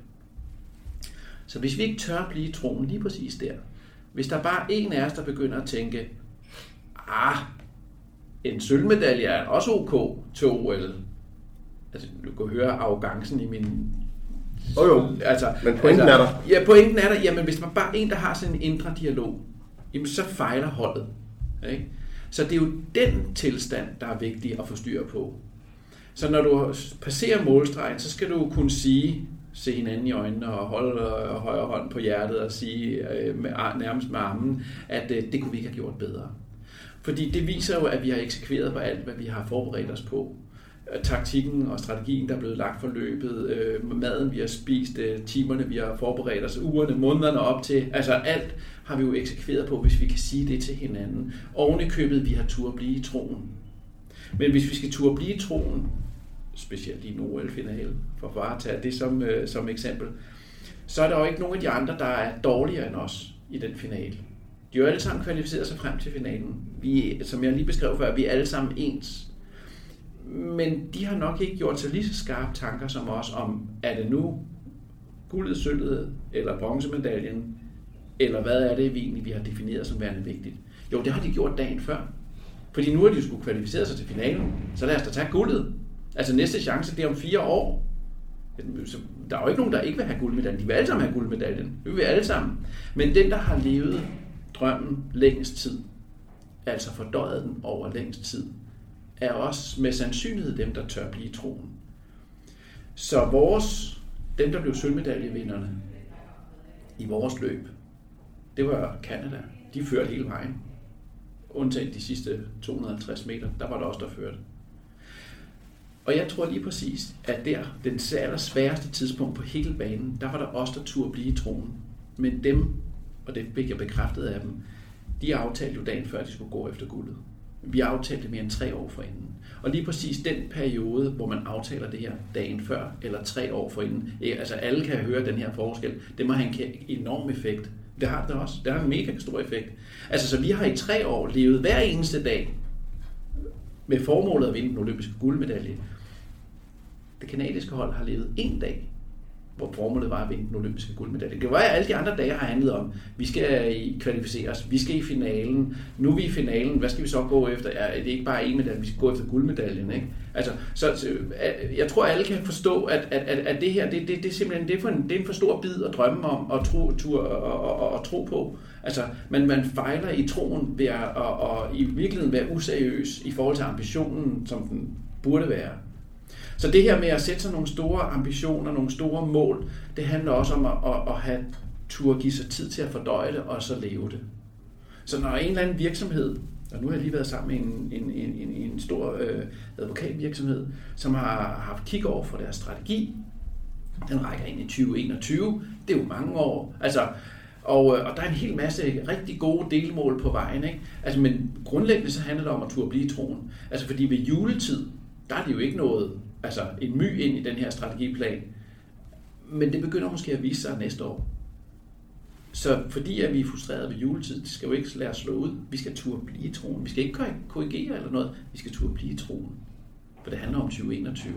Så hvis vi ikke tør blive i troen lige præcis der, hvis der bare er en af os, der begynder at tænke, ah, en sølvmedalje er også ok til O L. Altså, du kan høre arrogancen i min... Åh oh, jo, altså, men pointen altså, er der. Ja, pointen er der. Jamen, hvis man bare er en, der har sådan en indre dialog, jamen, så fejler holdet. Ikke? Så det er jo den tilstand, der er vigtig at få styr på. Så når du passerer målstregen, så skal du kunne sige, se hinanden i øjnene og holde højre hånd på hjertet og sige med, nærmest med armen, at det kunne vi ikke have gjort bedre. Fordi det viser jo, at vi har eksekveret på alt, hvad vi har forberedt os på. Taktikken og strategien, der er blevet lagt for løbet, maden, vi har spist, timerne, vi har forberedt os, ugerne, månederne op til. Altså alt har vi jo eksekveret på, hvis vi kan sige det til hinanden. Oven i købet, vi har turde blive i troen. Men hvis vi skal turde blive i troen, specielt i en O L-finale, for bare at tage det som, som eksempel, så er der jo ikke nogen af de andre, der er dårligere end os i den finale. De er jo alle sammen kvalificeret sig frem til finalen. Vi, som jeg lige beskrev før, vi er alle sammen ens. Men de har nok ikke gjort sig lige så skarpe tanker som os om, er det nu guldet, sølvet eller bronzemedaljen, eller hvad er det vi egentlig, vi har defineret som værende vigtigt? Jo, det har de gjort dagen før. Fordi nu har de jo skulle kvalificere sig til finalen, så lad os da tage guldet. Altså næste chance, det er om fire år. Så der er jo ikke nogen, der ikke vil have guldmedaljen. De vil alle sammen have guldmedaljen. Det vil vi alle sammen. Men den, der har levet drømmen længst tid, altså fordøjet den over længst tid, er også med sandsynlighed dem, der tør blive i troen. Så vores, dem, der blev sølvmedaljevinderne i vores løb, det var Canada. De førte hele vejen. Undtagen de sidste to hundrede og halvtreds meter, der var der også, der førte. Og jeg tror lige præcis, at der, den allersværeste tidspunkt på hele banen, der var der også der turde blive i tronen. Men dem, og det fik jeg bekræftet af dem, de aftalte jo dagen før, de skulle gå efter guldet. Vi aftalte mere end tre år forinden. Og lige præcis den periode, hvor man aftaler det her dagen før, eller tre år forinden, altså alle kan høre den her forskel, det må have en enorm effekt. Det har det også. Det har en mega stor effekt. Altså, så vi har i tre år levet hver eneste dag med formålet at vinde den olympiske guldmedalje. Det kanadiske hold har levet en dag, hvor formålet var at vinde den olympiske guldmedalje. Det var alle de andre dage har handlet om, vi skal kvalificere os, vi skal i finalen, nu er vi i finalen, hvad skal vi så gå efter? Ja, det er ikke bare en medalje, vi skal gå efter guldmedaljen, ikke? Altså, så, så jeg tror, alle kan forstå, at, at, at, at det her, det, det, det er simpelthen det er, for en, det er en for stor bid at drømme om og tro, tro, og, og, og, og tro på. Altså, man, man fejler i troen ved at og, og i virkeligheden være useriøs i forhold til ambitionen, som den burde være. Så det her med at sætte sig nogle store ambitioner, nogle store mål, det handler også om at, at, at have tur give sig tid til at fordøje det, og så leve det. Så når en eller anden virksomhed, og nu har jeg lige været sammen med en, en, en, en stor øh, advokatvirksomhed, som har haft kick-off for deres strategi, den rækker ind i tyve enogtyve, det er jo mange år, altså, og, og der er en hel masse rigtig gode delmål på vejen, ikke? Altså, men grundlæggende så handler det om at turde blive i troen. Altså, fordi ved juletid, der er det jo ikke noget, altså en my ind i den her strategiplan, men det begynder måske at vise sig næste år. Så fordi at vi er frustrerede ved juletid, det skal jo ikke lade os slå ud. Vi skal turde blive i troen. Vi skal ikke korrigere eller noget. Vi skal turde blive i troen. For det handler om tyve enogtyve.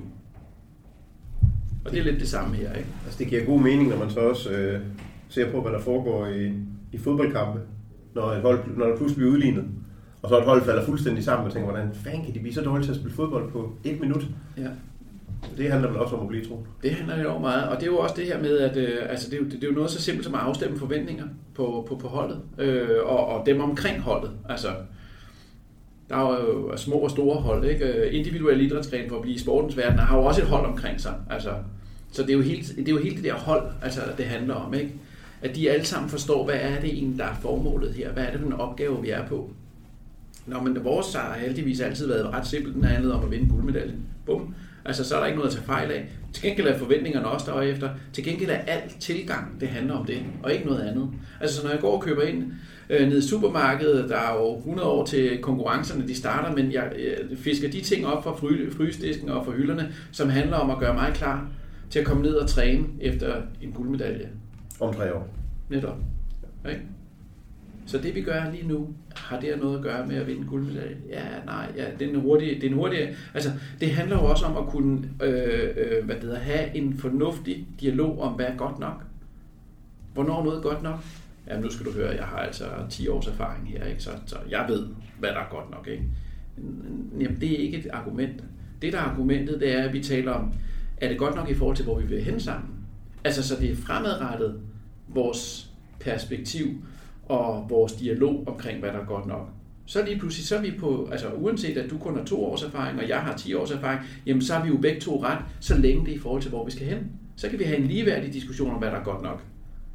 Og det er lidt det samme her, ikke? Altså det giver god mening, når man så også øh, ser på, hvad der foregår i, i fodboldkampe, når, et hold, når der pludselig bliver udlignet. Og så et hold falder fuldstændig sammen og tænker, hvordan fanden kan de blive så dårlige til at spille fodbold på et minut? Ja. Det handler vel også om at blive troen. Det handler jo meget, og det er jo også det her med, at øh, altså det, er jo, det er jo noget så simpelt som at afstemme forventninger på, på, på holdet, øh, og, og dem omkring holdet. Altså, der er jo små og store hold, ikke? Individuelle idrætsgrene for at blive i sportens verden, har jo også et hold omkring sig. Altså, så det er, jo helt, det er jo helt det der hold, altså, det handler om, ikke? At de alle sammen forstår, hvad er det egentlig, der er formålet her? Hvad er det for en opgave, vi er på? Nå, men vores sejr har heldigvis altid været ret simpelt. Den har handlet om at vinde guldmedaljen. Bum. Altså, så er der ikke noget at tage fejl af. Til gengæld er forventningerne også derefter. Til gengæld er alt tilgang, det handler om det, og ikke noget andet. Altså, så når jeg går og køber ind øh, nede i supermarkedet, der er jo hundrede år til konkurrencerne, de starter, men jeg øh, fisker de ting op fra fry, frysdisken og fra hylderne, som handler om at gøre mig klar til at komme ned og træne efter en guldmedalje. Om tre år. Netop. Okay? Så det vi gør lige nu, har det noget at gøre med at vinde guldmedalje? Ja, nej, ja, det er en hurtig, det er en hurtig, altså det handler jo også om at kunne, øh, øh, hvad det hedder, have en fornuftig dialog om, hvad er godt nok. Hvornår er noget godt nok? Jamen nu skal du høre, jeg har altså ti års erfaring her, ikke? Så, så jeg ved, hvad der er godt nok, ikke? Jamen det er ikke et argument. Det der er argumentet, det er, at vi taler om, er det godt nok i forhold til, hvor vi vil hen sammen? Altså så det er fremadrettet vores perspektiv, og vores dialog omkring, hvad der er godt nok. Så lige pludselig, så er vi på, altså uanset at du kun har to års erfaring, og jeg har ti års erfaring, jamen så er vi jo begge to ret, så længe det er i forhold til, hvor vi skal hen. Så kan vi have en ligeværdig diskussion om, hvad der er godt nok.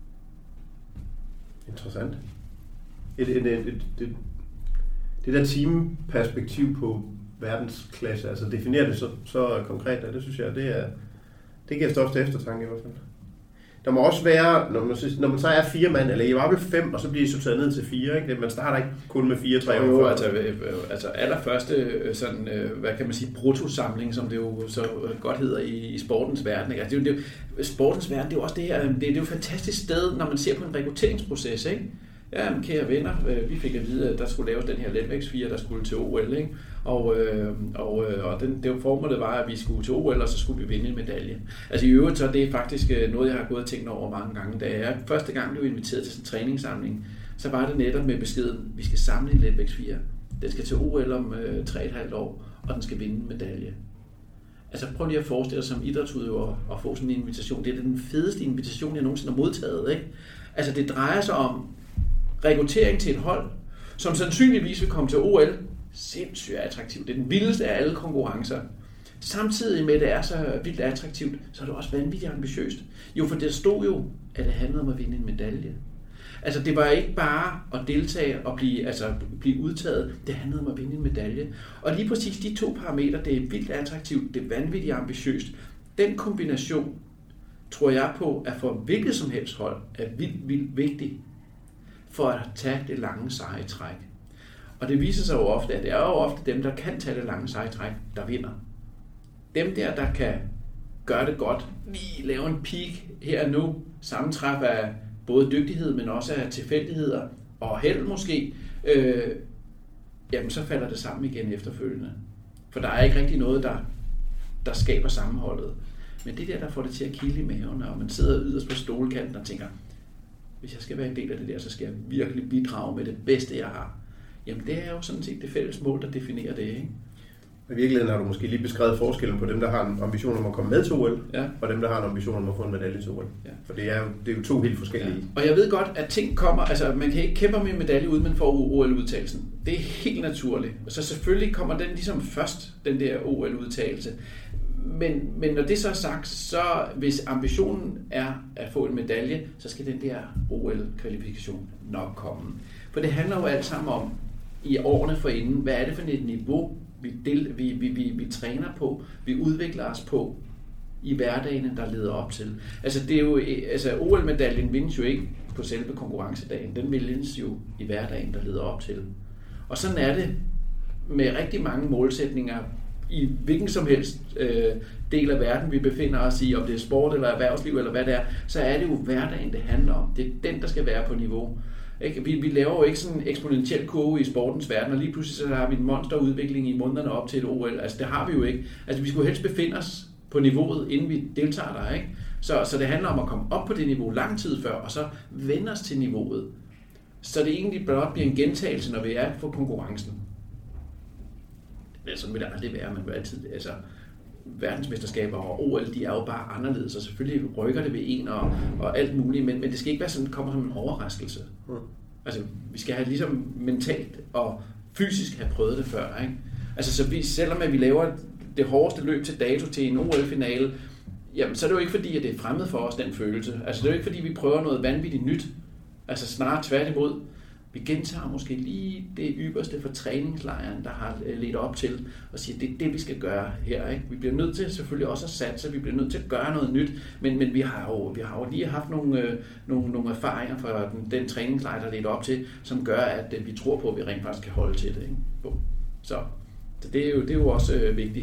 Interessant. Et, et, et, et, et, det der teamperspektiv på verdensklasse, altså definerer det så, så konkret, og det synes jeg, det er, det giver stof til eftertanke i hvert fald. Der må også være, når man, når man så er fire mand, eller I var vel fem, og så bliver I sorteret ned til fire, ikke? Man starter ikke kun med fire, tre år. Jo, altså, altså allerførste sådan, hvad kan man sige, bruttosamling, som det jo så godt hedder i, i sportens verden. Ikke? Altså, det er jo, det, sportens verden, det er jo også det her, det, det er jo et fantastisk sted, når man ser på en rekrutteringsproces, ikke? Ja, men kære venner, vi fik at vide, at der skulle laves den her letvægtsfire, der skulle til O L, ikke? Og, øh, og, og den, det formålet var, at vi skulle til O L, og så skulle vi vinde en medalje. Altså i øvrigt, så er det faktisk noget, jeg har gået og tænkt over mange gange. Da jeg første gang blev inviteret til sådan en træningssamling, så var det netop med beskeden, vi skal samle en letvægtsfire. Den skal til O L om øh, tre og et halvt år, og den skal vinde en medalje. Altså prøv lige at forestille dig som idrætsudøver at få sådan en invitation. Det er den fedeste invitation, jeg nogensinde har modtaget, ikke? Altså det drejer sig om rekruttering til et hold, som sandsynligvis vil komme til O L. Sindssygt attraktivt. Det er den vildeste af alle konkurrencer. Samtidig med, at det er så vildt attraktivt, så er det også vanvittigt ambitiøst. Jo, for det stod jo, at det handlede om at vinde en medalje. Altså det var ikke bare at deltage og blive, altså, blive udtaget, det handlede om at vinde en medalje. Og lige præcis de to parametre, det er vildt attraktivt, det er vanvittigt ambitiøst. Den kombination, tror jeg på, at for hvilket som helst hold, er vildt, vildt vigtigt for at tage det lange seje træk. Og det viser sig jo ofte, at det er jo ofte dem, der kan tage det lange seje træk, der vinder. Dem der, der kan gøre det godt, lige lave en peak her og nu, sammentræf af både dygtighed, men også af tilfældigheder og held måske, øh, jamen så falder det sammen igen efterfølgende. For der er ikke rigtig noget, der, der skaber sammenholdet. Men det der, der får det til at kilde i maven, og man sidder yderst på stolkanten og tænker, hvis jeg skal være en del af det der, så skal jeg virkelig bidrage med det bedste, jeg har. Jamen det er jo sådan set det fælles mål, der definerer det, ikke? I virkeligheden har du måske lige beskrevet forskellen på dem, der har en ambition om at komme med til O L, ja. Og dem, der har en ambition om at få en medalje til O L. Ja. For det er, jo, det er jo to helt forskellige. Ja. Og jeg ved godt, at ting kommer, altså man kan ikke kæmpe med en medalje, uden man får O L-udtagelsen. Det er helt naturligt. Så selvfølgelig kommer den ligesom først, den der O L-udtagelse. Men, men når det så er sagt, så hvis ambitionen er at få en medalje, så skal den der O L-kvalifikation nok komme. For det handler jo alt sammen om, i årene forinden, hvad er det for et niveau, vi, del, vi, vi, vi, vi træner på, vi udvikler os på i hverdagen, der leder op til. Altså, det er jo, altså O L-medaljen vindes jo ikke på selve konkurrencedagen, den vindes jo i hverdagen, der leder op til. Og sådan er det med rigtig mange målsætninger, i hvilken som helst øh, del af verden, vi befinder os i, om det er sport eller erhvervsliv eller hvad det er, så er det jo hverdagen, det handler om. Det er den, der skal være på niveau. Ikke? Vi, vi laver jo ikke sådan en eksponentiel kurve i sportens verden, og lige pludselig så har vi en monsterudvikling i månederne op til et O L. Altså det har vi jo ikke. Altså vi skulle helst befinde os på niveauet, inden vi deltager der, ikke? Så, så det handler om at komme op på det niveau lang tid før, og så vende os til niveauet. Så det egentlig blot bliver en gentagelse, når vi er på konkurrencen. Sådan vil det aldrig være, man vil altid, altså verdensmesterskaber og O L, de er jo bare anderledes, og selvfølgelig rykker det ved en og, og alt muligt, men, men det skal ikke være sådan, det kommer som en overraskelse. Mm. Altså, vi skal have ligesom mentalt og fysisk have prøvet det før, ikke? Altså, så vi, selvom at vi laver det hårdeste løb til dato til en O L-finale, jamen, så er det jo ikke fordi, at det er fremmed for os, den følelse. Altså, det er jo ikke fordi, vi prøver noget vanvittigt nyt. Altså, snarere tværtimod. Vi gentager måske lige det ypperste for træningslejren, der har ledt op til, og siger, det er det, vi skal gøre her. Ikke? Vi bliver nødt til selvfølgelig også at satse, vi bliver nødt til at gøre noget nyt, men, men vi, har jo, vi har jo lige haft nogle, øh, nogle, nogle erfaringer fra den, den træningslejr, der ledt op til, som gør, at øh, vi tror på, at vi rent faktisk kan holde til det. Ikke? Så, så det, er jo, det er jo også øh, vigtigt.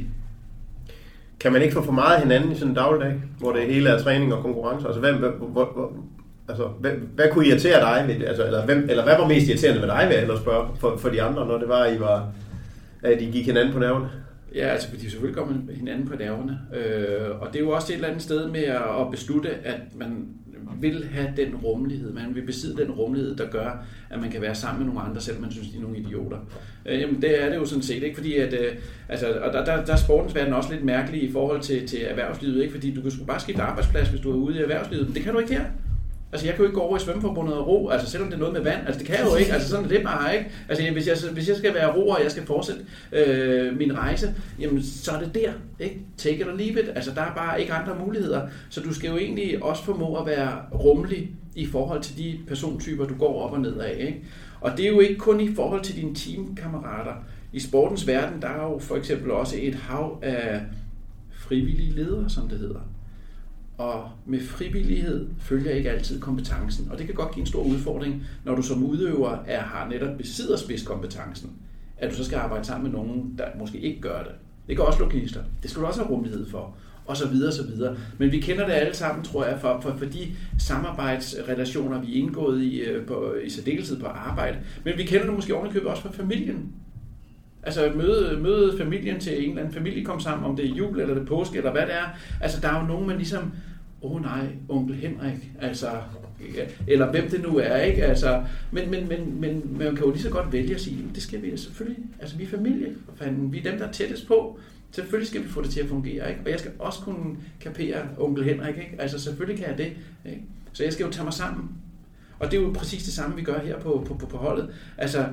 Kan man ikke få for meget hinanden i sådan en dagligdag, hvor det hele er træning og konkurrence? Altså, hvem, hvor, hvor, Altså, hvad, hvad kunne irritere dig ved, altså, eller, hvem, eller hvad var mest irriterende med dig, vil jeg spørge, for, for de andre, når det var, I var, at de gik hinanden på nerverne? Ja, altså, fordi selvfølgelig går man hinanden på nerverne, øh, og det er jo også et eller andet sted med at, at beslutte, at man vil have den rummelighed, man vil besidde den rummelighed, der gør, at man kan være sammen med nogle andre, selvom man synes, de er nogle idioter. Øh, jamen, det er det jo sådan set, ikke? Fordi at, øh, altså, og der, der, der er sportens verden også lidt mærkelig i forhold til, til erhvervslivet, ikke? Fordi du kan sgu bare skifte arbejdsplads, hvis du er ude i erhvervslivet, men det kan du ikke her. Altså, jeg kan jo ikke gå over i svømmeforbundet og ro, altså selvom det er noget med vand, altså det kan jeg jo ikke, altså sådan er det bare, ikke? Altså, hvis jeg, hvis jeg skal være ro, og jeg skal fortsætte øh, min rejse, jamen, så er det der, ikke? Take it or leave it, altså der er bare ikke andre muligheder, så du skal jo egentlig også formå at være rummelig i forhold til de persontyper, du går op og ned af, ikke? Og det er jo ikke kun i forhold til dine teamkammerater. I sportens verden, der er jo for eksempel også et hav af frivillige ledere, som det hedder. Og med frivillighed følger ikke altid kompetencen. Og det kan godt give en stor udfordring, når du som udøver er, har netop besidder spidskompetencen, at du så skal arbejde sammen med nogen, der måske ikke gør det. Det kan også logister. Det skal du også have rummelighed for. Og så videre, så videre. Men vi kender det alle sammen, tror jeg, for, for, for de samarbejdsrelationer, vi er indgået i, på, i særdeleshed på arbejde. Men vi kender det måske ovenikøbet også fra familien. Altså møde, møde familien til en eller anden familie, kom sammen, om det er jul eller det er påske eller hvad det er. Altså der er jo nogen, man ligesom, åh oh, nej, onkel Henrik, altså, eller hvem det nu er, ikke? Altså, men, men, men, men man kan jo lige så godt vælge at sige, det skal vi selvfølgelig, altså vi er familie, fanden, vi er dem, der er tættest på, selvfølgelig skal vi få det til at fungere, ikke? Og jeg skal også kunne kapere onkel Henrik, ikke? Altså selvfølgelig kan jeg det, ikke? Så jeg skal jo tage mig sammen. Og det er jo præcis det samme, vi gør her på, på, på, på holdet. Altså,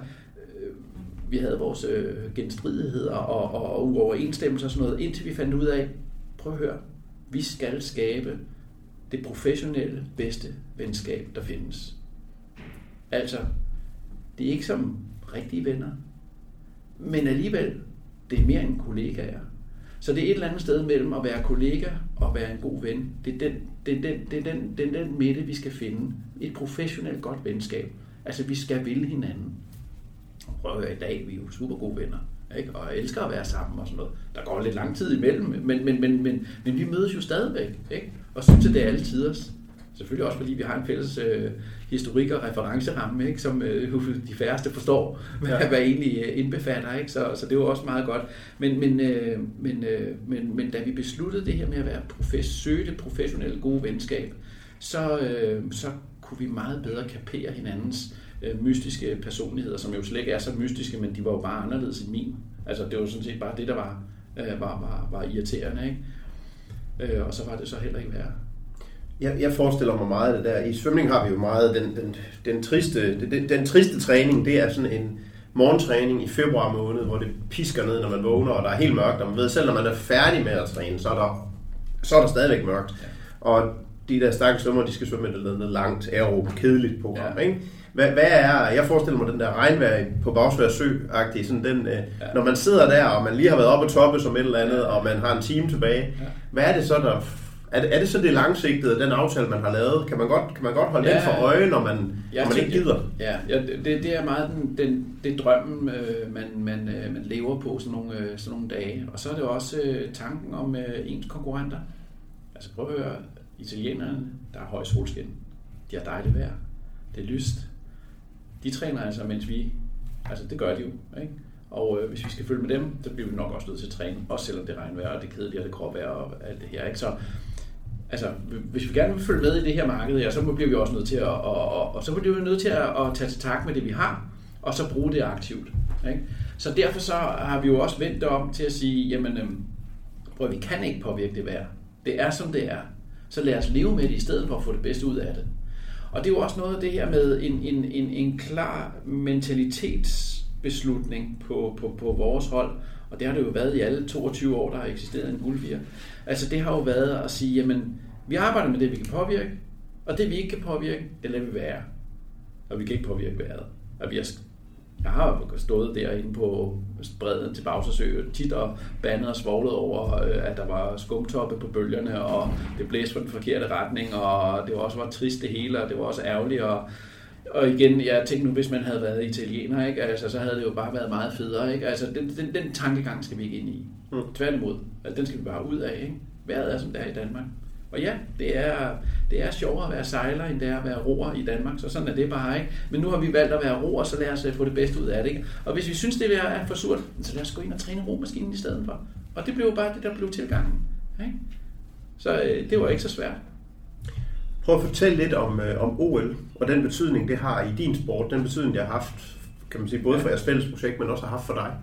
vi havde vores øh, genstridigheder og, og, og uoverensstemmelser og sådan noget, indtil vi fandt ud af, prøv at høre, vi skal skabe det professionelle, bedste venskab, der findes. Altså, det er ikke som rigtige venner, men alligevel, det er mere end kollegaer. Så det er et eller andet sted mellem at være kollega og være en god ven. Det er den, det er den, det er den, det er den midte, vi skal finde. Et professionelt godt venskab. Altså, vi skal ville hinanden. Prøv i dag, vi er jo super gode venner. Ikke? Og jeg elsker at være sammen og sådan noget. Der går lidt lang tid imellem, men, men, men, men, men vi mødes jo stadigvæk. Ikke? Og synes, at det er alle tiders. Selvfølgelig også, fordi vi har en fælles øh, historik og referenceramme, ikke? Som øh, de færreste forstår, hvad, ja. hvad egentlig øh, indbefatter. Ikke? Så, så det var også meget godt. Men, men, øh, men, øh, men, men da vi besluttede det her med at være profes- søge det professionelle gode venskab, så, øh, så kunne vi meget bedre kapere hinandens øh, mystiske personligheder, som jo slet ikke er så mystiske, men de var jo bare anderledes end min. Altså det var sådan set bare det, der var, øh, var, var, var irriterende. Ikke? Øh, og så var det så heller ikke værre. Jeg, jeg forestiller mig meget det der. I svømning har vi jo meget den, den, den, triste, den, den triste træning, det er sådan en morgentræning i februar måned, hvor det pisker ned, når man vågner, og der er helt mørkt, og man ved selv, når man er færdig med at træne, så er der, så er der stadigvæk mørkt. Ja. Og de der stakkels svømmer, de skal svømme med noget langt, aerob, kedeligt program, ja. Ikke? Hvad, hvad er, jeg forestiller mig den der regnvejr på Bagsværd Sø-agtige, sådan den, ja. Når man sidder der, og man lige har været oppe på toppe som et eller andet, ja. Og man har en time tilbage, ja. Hvad er det så, der... Er det, er det så det langsigtede, den aftale, man har lavet? Kan man godt, kan man godt holde ja, den for øje, når man, når man ikke gider? Ja, ja det, det er meget den, den, det drømmen, øh, man, man, øh, man lever på sådan nogle, øh, sådan nogle dage. Og så er det også øh, tanken om øh, ens konkurrenter. Altså prøv at høre, italienerne, der er høj solskin. De har dejligt vejr. Det er lyst. De træner altså, mens vi... Altså det gør de jo, ikke? Og øh, hvis vi skal følge med dem, så bliver vi nok også nødt til at træne. Også selvom det regnvejr, og det kedelige, og det gråvejr og alt det her, ikke? Så... Altså, hvis vi gerne vil følge med i det her marked, ja, så bliver vi også nødt til at, og, og, og så bliver vi nødt til at, at tage til tak med det, vi har, og så bruge det aktivt. Ikke? Så derfor så har vi jo også vendt om til at sige, jamen, prøv, vi kan ikke påvirke det vejr. Det er, som det er. Så lad os leve med det, i stedet for at få det bedste ud af det. Og det er jo også noget af det her med en, en, en, en klar mentalitetsbeslutning på, på, på vores hold, og det har det jo været i alle toogtyve år, der har eksisteret en guldfire. Altså det har jo været at sige, jamen, vi arbejder med det, vi kan påvirke, og det, vi ikke kan påvirke, det lader vi være. Og vi kan ikke påvirke vejret. Og vi har, jeg har stået derinde på bredden til Bagsø tit og bandet og svoglet over, at der var skumtoppe på bølgerne, og det blæste på den forkerte retning, og det var også var trist det hele, og det var også ærgerligt, og Og igen, jeg tænkte nu, hvis man havde været italiener, ikke? Altså, så havde det jo bare været meget federe. Ikke? Altså, den, den, den tankegang skal vi ikke ind i. Mm. Tværtimod. Altså, den skal vi bare ud af. Ikke? Vejret er, som det er i Danmark. Og ja, det er, det er sjovere at være sejler, end det er at være roer i Danmark. Så sådan er det bare. Ikke? Men nu har vi valgt at være roer, så lad os få det bedste ud af det. Ikke? Og hvis vi synes, det er for surt, så lad os gå ind og træne romaskinen i stedet for. Og det blev jo bare det, der blev tilgangen. Ikke? Så øh, det var ikke så svært. Prøv at fortælle lidt om, øh, om O L, og den betydning, det har i din sport, den betydning, det har haft, kan man sige, både for jeres fælles projekt, men også har haft for dig.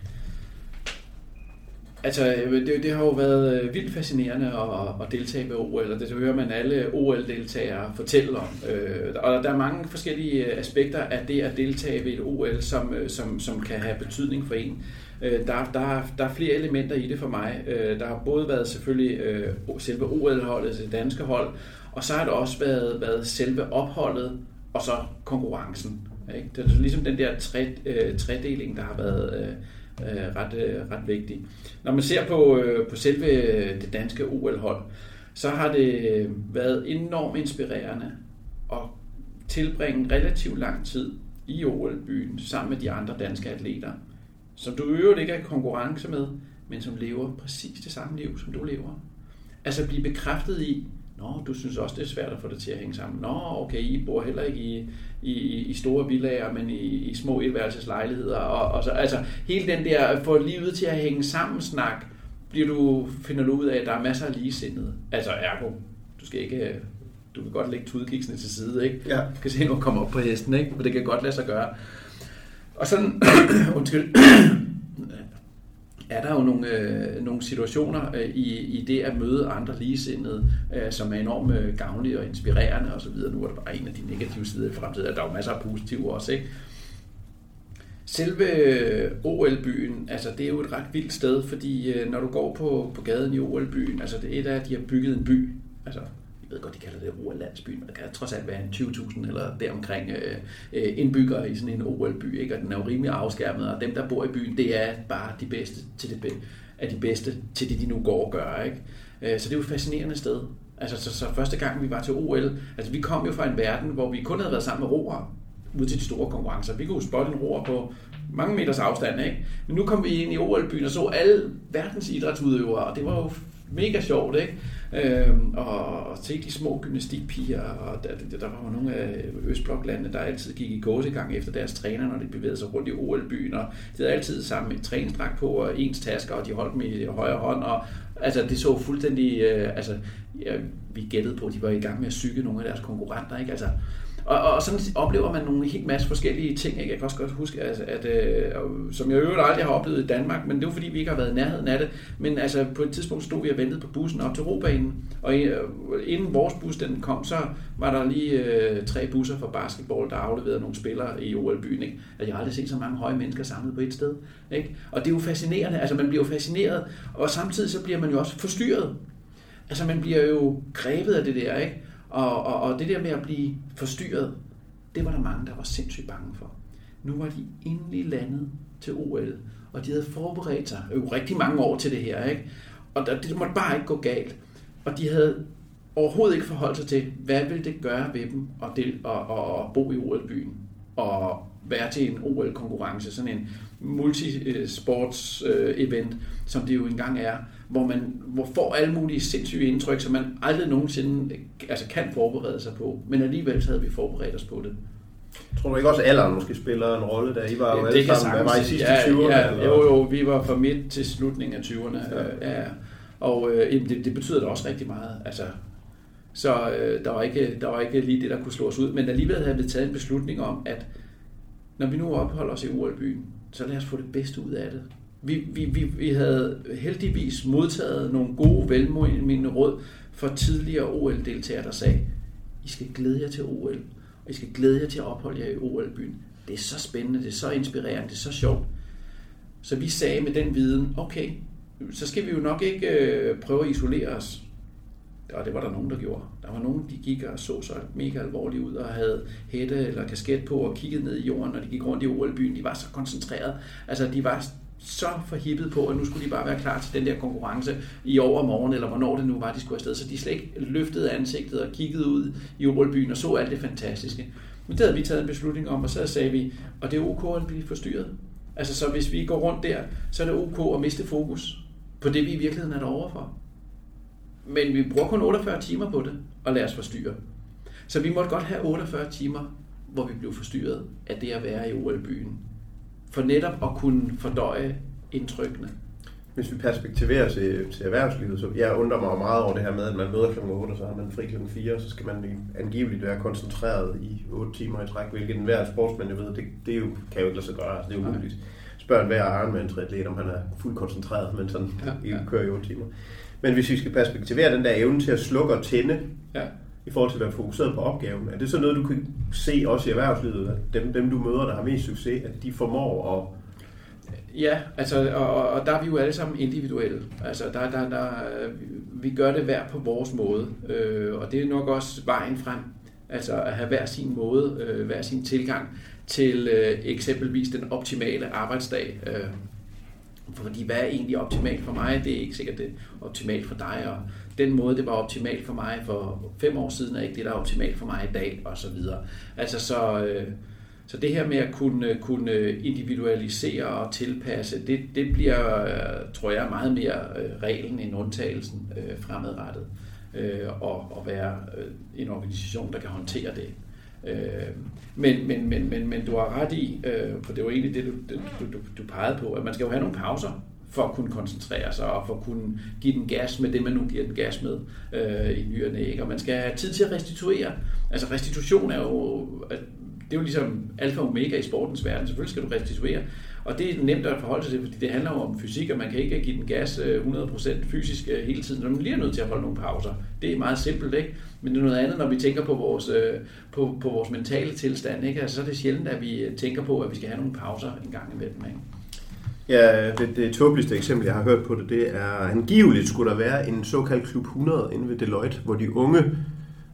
Altså, det, det har jo været vildt fascinerende at, at deltage ved O L, og det hører man alle O L-deltagere fortælle om. Og der er mange forskellige aspekter af det at deltage ved et O L, som, som, som kan have betydning for en. Der, der, der er flere elementer i det for mig. Der har både været selvfølgelig selve O L-holdet, det danske hold, og så har der også været, været selve opholdet, og så konkurrencen. Ikke? Det er ligesom den der tre, øh, tredeling, der har været øh, ret, øh, ret vigtig. Når man ser på, øh, på selve det danske O L-hold, så har det været enormt inspirerende at tilbringe relativt lang tid i O L-byen sammen med de andre danske atleter, som du øvrigt ikke er i konkurrence med, men som lever præcis det samme liv, som du lever. Altså blive bekræftet i, nå, du synes også, det er svært at få det til at hænge sammen. Nå, okay, I bor heller ikke i, i, i store villager, men i, i små etværelseslejligheder. Og, og så, altså, hele den der, at få livet til at hænge sammen snak, bliver du, finder du ud af, at der er masser af ligesindede. Altså, ergo, du skal ikke, du kan godt lægge tudkiksene til side, ikke? Ja. Du kan se, at du kommer op på hesten, ikke? For det kan godt lade sig gøre. Og sådan, undskyld, er der jo nogle, øh, nogle situationer øh, i, i det at møde andre ligesindede, øh, som er enormt øh, gavnlige og inspirerende osv. Nu er det bare en af de negative sider i fremtiden, der er jo masser af positive også, ikke? Selve O L-byen, altså det er jo et ret vildt sted, fordi øh, når du går på, på gaden i O L-byen, altså det er et af, at de har bygget en by, altså jeg ved godt, de kalder det O L-landsbyen, men der kan trods alt være en tyve tusind eller deromkring øh, indbyggere i sådan en O L-by, ikke? Og den er jo rimelig afskærmet, og dem, der bor i byen, det er bare de bedste til det, er de bedste til det, de nu går og gør, ikke? Øh, så det er jo et fascinerende sted. Altså, så, så første gang vi var til O L, altså vi kom jo fra en verden, hvor vi kun havde været sammen med roere ud til de store konkurrencer. Vi kunne jo spotte en roer på mange meters afstand, ikke? Men nu kom vi ind i O L-byen og så alle verdens idrætsudøvere, og det var jo mega sjovt, ikke? Øhm, og se de små gymnastikpiger, og der, der, der var jo nogle af Østbloklandene, der altid gik i gåsegang efter deres træner, når de bevægede sig rundt i O L-byen, og de havde altid sammen med træningsdragt på og ens tasker, og de holdt dem i højre hånd, og altså det så fuldstændig, øh, altså ja, vi gættede på, at de var i gang med at psyke nogle af deres konkurrenter, ikke? Altså, Og, og sådan oplever man nogle helt masse forskellige ting. Ikke? Jeg kan også godt huske, at, at, at som jeg øvrigt aldrig har oplevet i Danmark, men det er jo fordi, vi ikke har været i nærheden af det. Men altså, på et tidspunkt stod vi og ventede på bussen op til robanen, og inden vores bus den kom, så var der lige øh, tre busser for basketball, der afleverede nogle spillere i O L-byen. Ikke? Altså, jeg har aldrig set så mange høje mennesker samlet på et sted. Ikke? Og det er jo fascinerende. Altså, man bliver jo fascineret, og samtidig så bliver man jo også forstyrret. Altså, man bliver jo grebet af det der, ikke? Og, og, og det der med at blive forstyrret, det var der mange, der var sindssygt bange for. Nu var de endelig landet til O L, og de havde forberedt sig jo rigtig mange år til det her, ikke? Og det måtte bare ikke gå galt. Og de havde overhovedet ikke forholdt sig til, hvad ville det gøre ved dem at, del, at, at, at bo i O L-byen og være til en O L-konkurrence, sådan en multisports-event, som det jo engang er, hvor man hvor får alle mulige sindssyge indtryk, som man aldrig nogensinde altså kan forberede sig på. Men alligevel havde vi forberedt os på det. Tror du ikke også, at alderen måske spiller en rolle der? I var jo alle sammen, var i sidste ja, tyverne? Ja, jo, jo, vi var fra midt til slutningen af tyverne. Ja. Ja. Og øh, det, det betyder da også rigtig meget. Altså, så øh, der, var ikke, der var ikke lige det, der kunne slå os ud. Men alligevel havde vi taget en beslutning om, at når vi nu opholder os i O L-byen, så lad os få det bedste ud af det. Vi, vi, vi, vi havde heldigvis modtaget nogle gode, velmenende råd fra tidligere O L-deltagere, der sagde, I skal glæde jer til O L, og I skal glæde jer til at opholde jer i O L-byen. Det er så spændende, det er så inspirerende, det er så sjovt. Så vi sagde med den viden, okay, så skal vi jo nok ikke øh, prøve at isolere os. Og det var der nogen, der gjorde. Der var nogen, de gik og så så mega alvorligt ud og havde hætte eller kasket på og kiggede ned i jorden, når de gik rundt i O L-byen. De var så koncentreret. Altså, de var så forhippet på, at nu skulle de bare være klar til den der konkurrence i overmorgen, eller hvornår det nu var, de skulle afsted. Så de slet ikke løftede ansigtet og kiggede ud i O L-byen og så alt det fantastiske. Men det havde vi taget en beslutning om, og så sagde vi, og det er ok at blive forstyrret. Altså, så hvis vi går rundt der, så er det ok at miste fokus på det, vi i virkeligheden er derovre for. Men vi bruger kun otteogfyrre timer på det, og lader os forstyrre. Så vi måtte godt have otteogfyrre timer, hvor vi blev forstyrret af det at være i O L-byen. For netop at kunne fordøje indtrykkene. Hvis vi perspektiverer til, til erhvervslivet, så jeg undrer mig meget over det her med, at man møder klokken otte, og så har man fri klokken fire, og så skal man angiveligt være koncentreret i otte timer i træk, hvilket enhver sportsmand, jeg ved, det, det er jo, kan jo ikke lade sig gøre, altså det er umuligt. Spørg en hver Ironman-triatlet, om han er fuldt koncentreret, men sådan ja, ja. kører i otte timer. Men hvis vi skal perspektivere den der evne til at slukke og tænde, ja. i forhold til at være fokuseret på opgaven, er det så noget, du kan se også i erhvervslivet, at dem, dem du møder, der har mest succes, at de formår at... Ja, altså, og, og der er vi jo alle sammen individuelle. Altså, der, der, der, vi gør det hver på vores måde, øh, og det er nok også vejen frem. Altså at have hver sin måde, øh, hver sin tilgang til øh, eksempelvis den optimale arbejdsdag. Øh, Fordi hvad er egentlig optimalt for mig? Det er ikke sikkert det er optimalt for dig, og den måde, det var optimalt for mig for fem år siden, er ikke det, der er optimalt for mig i dag, og så videre. Altså så, øh, så det her med at kunne, kunne individualisere og tilpasse, det, det bliver, øh, tror jeg, meget mere øh, reglen end undtagelsen øh, fremadrettet, øh, og, og være øh, en organisation, der kan håndtere det. Men, men, men, men, men du har ret i, for det var egentlig det, du, du, du pegede på, at man skal jo have nogle pauser for at kunne koncentrere sig og for at kunne give den gas med det, man nu giver den gas med øh, i ny og næ, og man skal have tid til at restituere. Altså restitution er jo, det er jo ligesom alfa og omega i sportens verden. Selvfølgelig skal du restituere, og det er nemt at forholde sig til, fordi det handler jo om fysik, og man kan ikke give den gas hundrede procent fysisk hele tiden, så man bliver nødt til at holde nogle pauser. Det er meget simpelt, ikke? Men det er noget andet, når vi tænker på vores, på, på vores mentale tilstand, ikke? Altså, så er det sjældent, at vi tænker på, at vi skal have nogle pauser en gang imellem, ikke? Ja, det, det tåbeligste eksempel, jeg har hørt på det, det er angiveligt skulle der være en såkaldt klub hundrede inde ved Deloitte, hvor de unge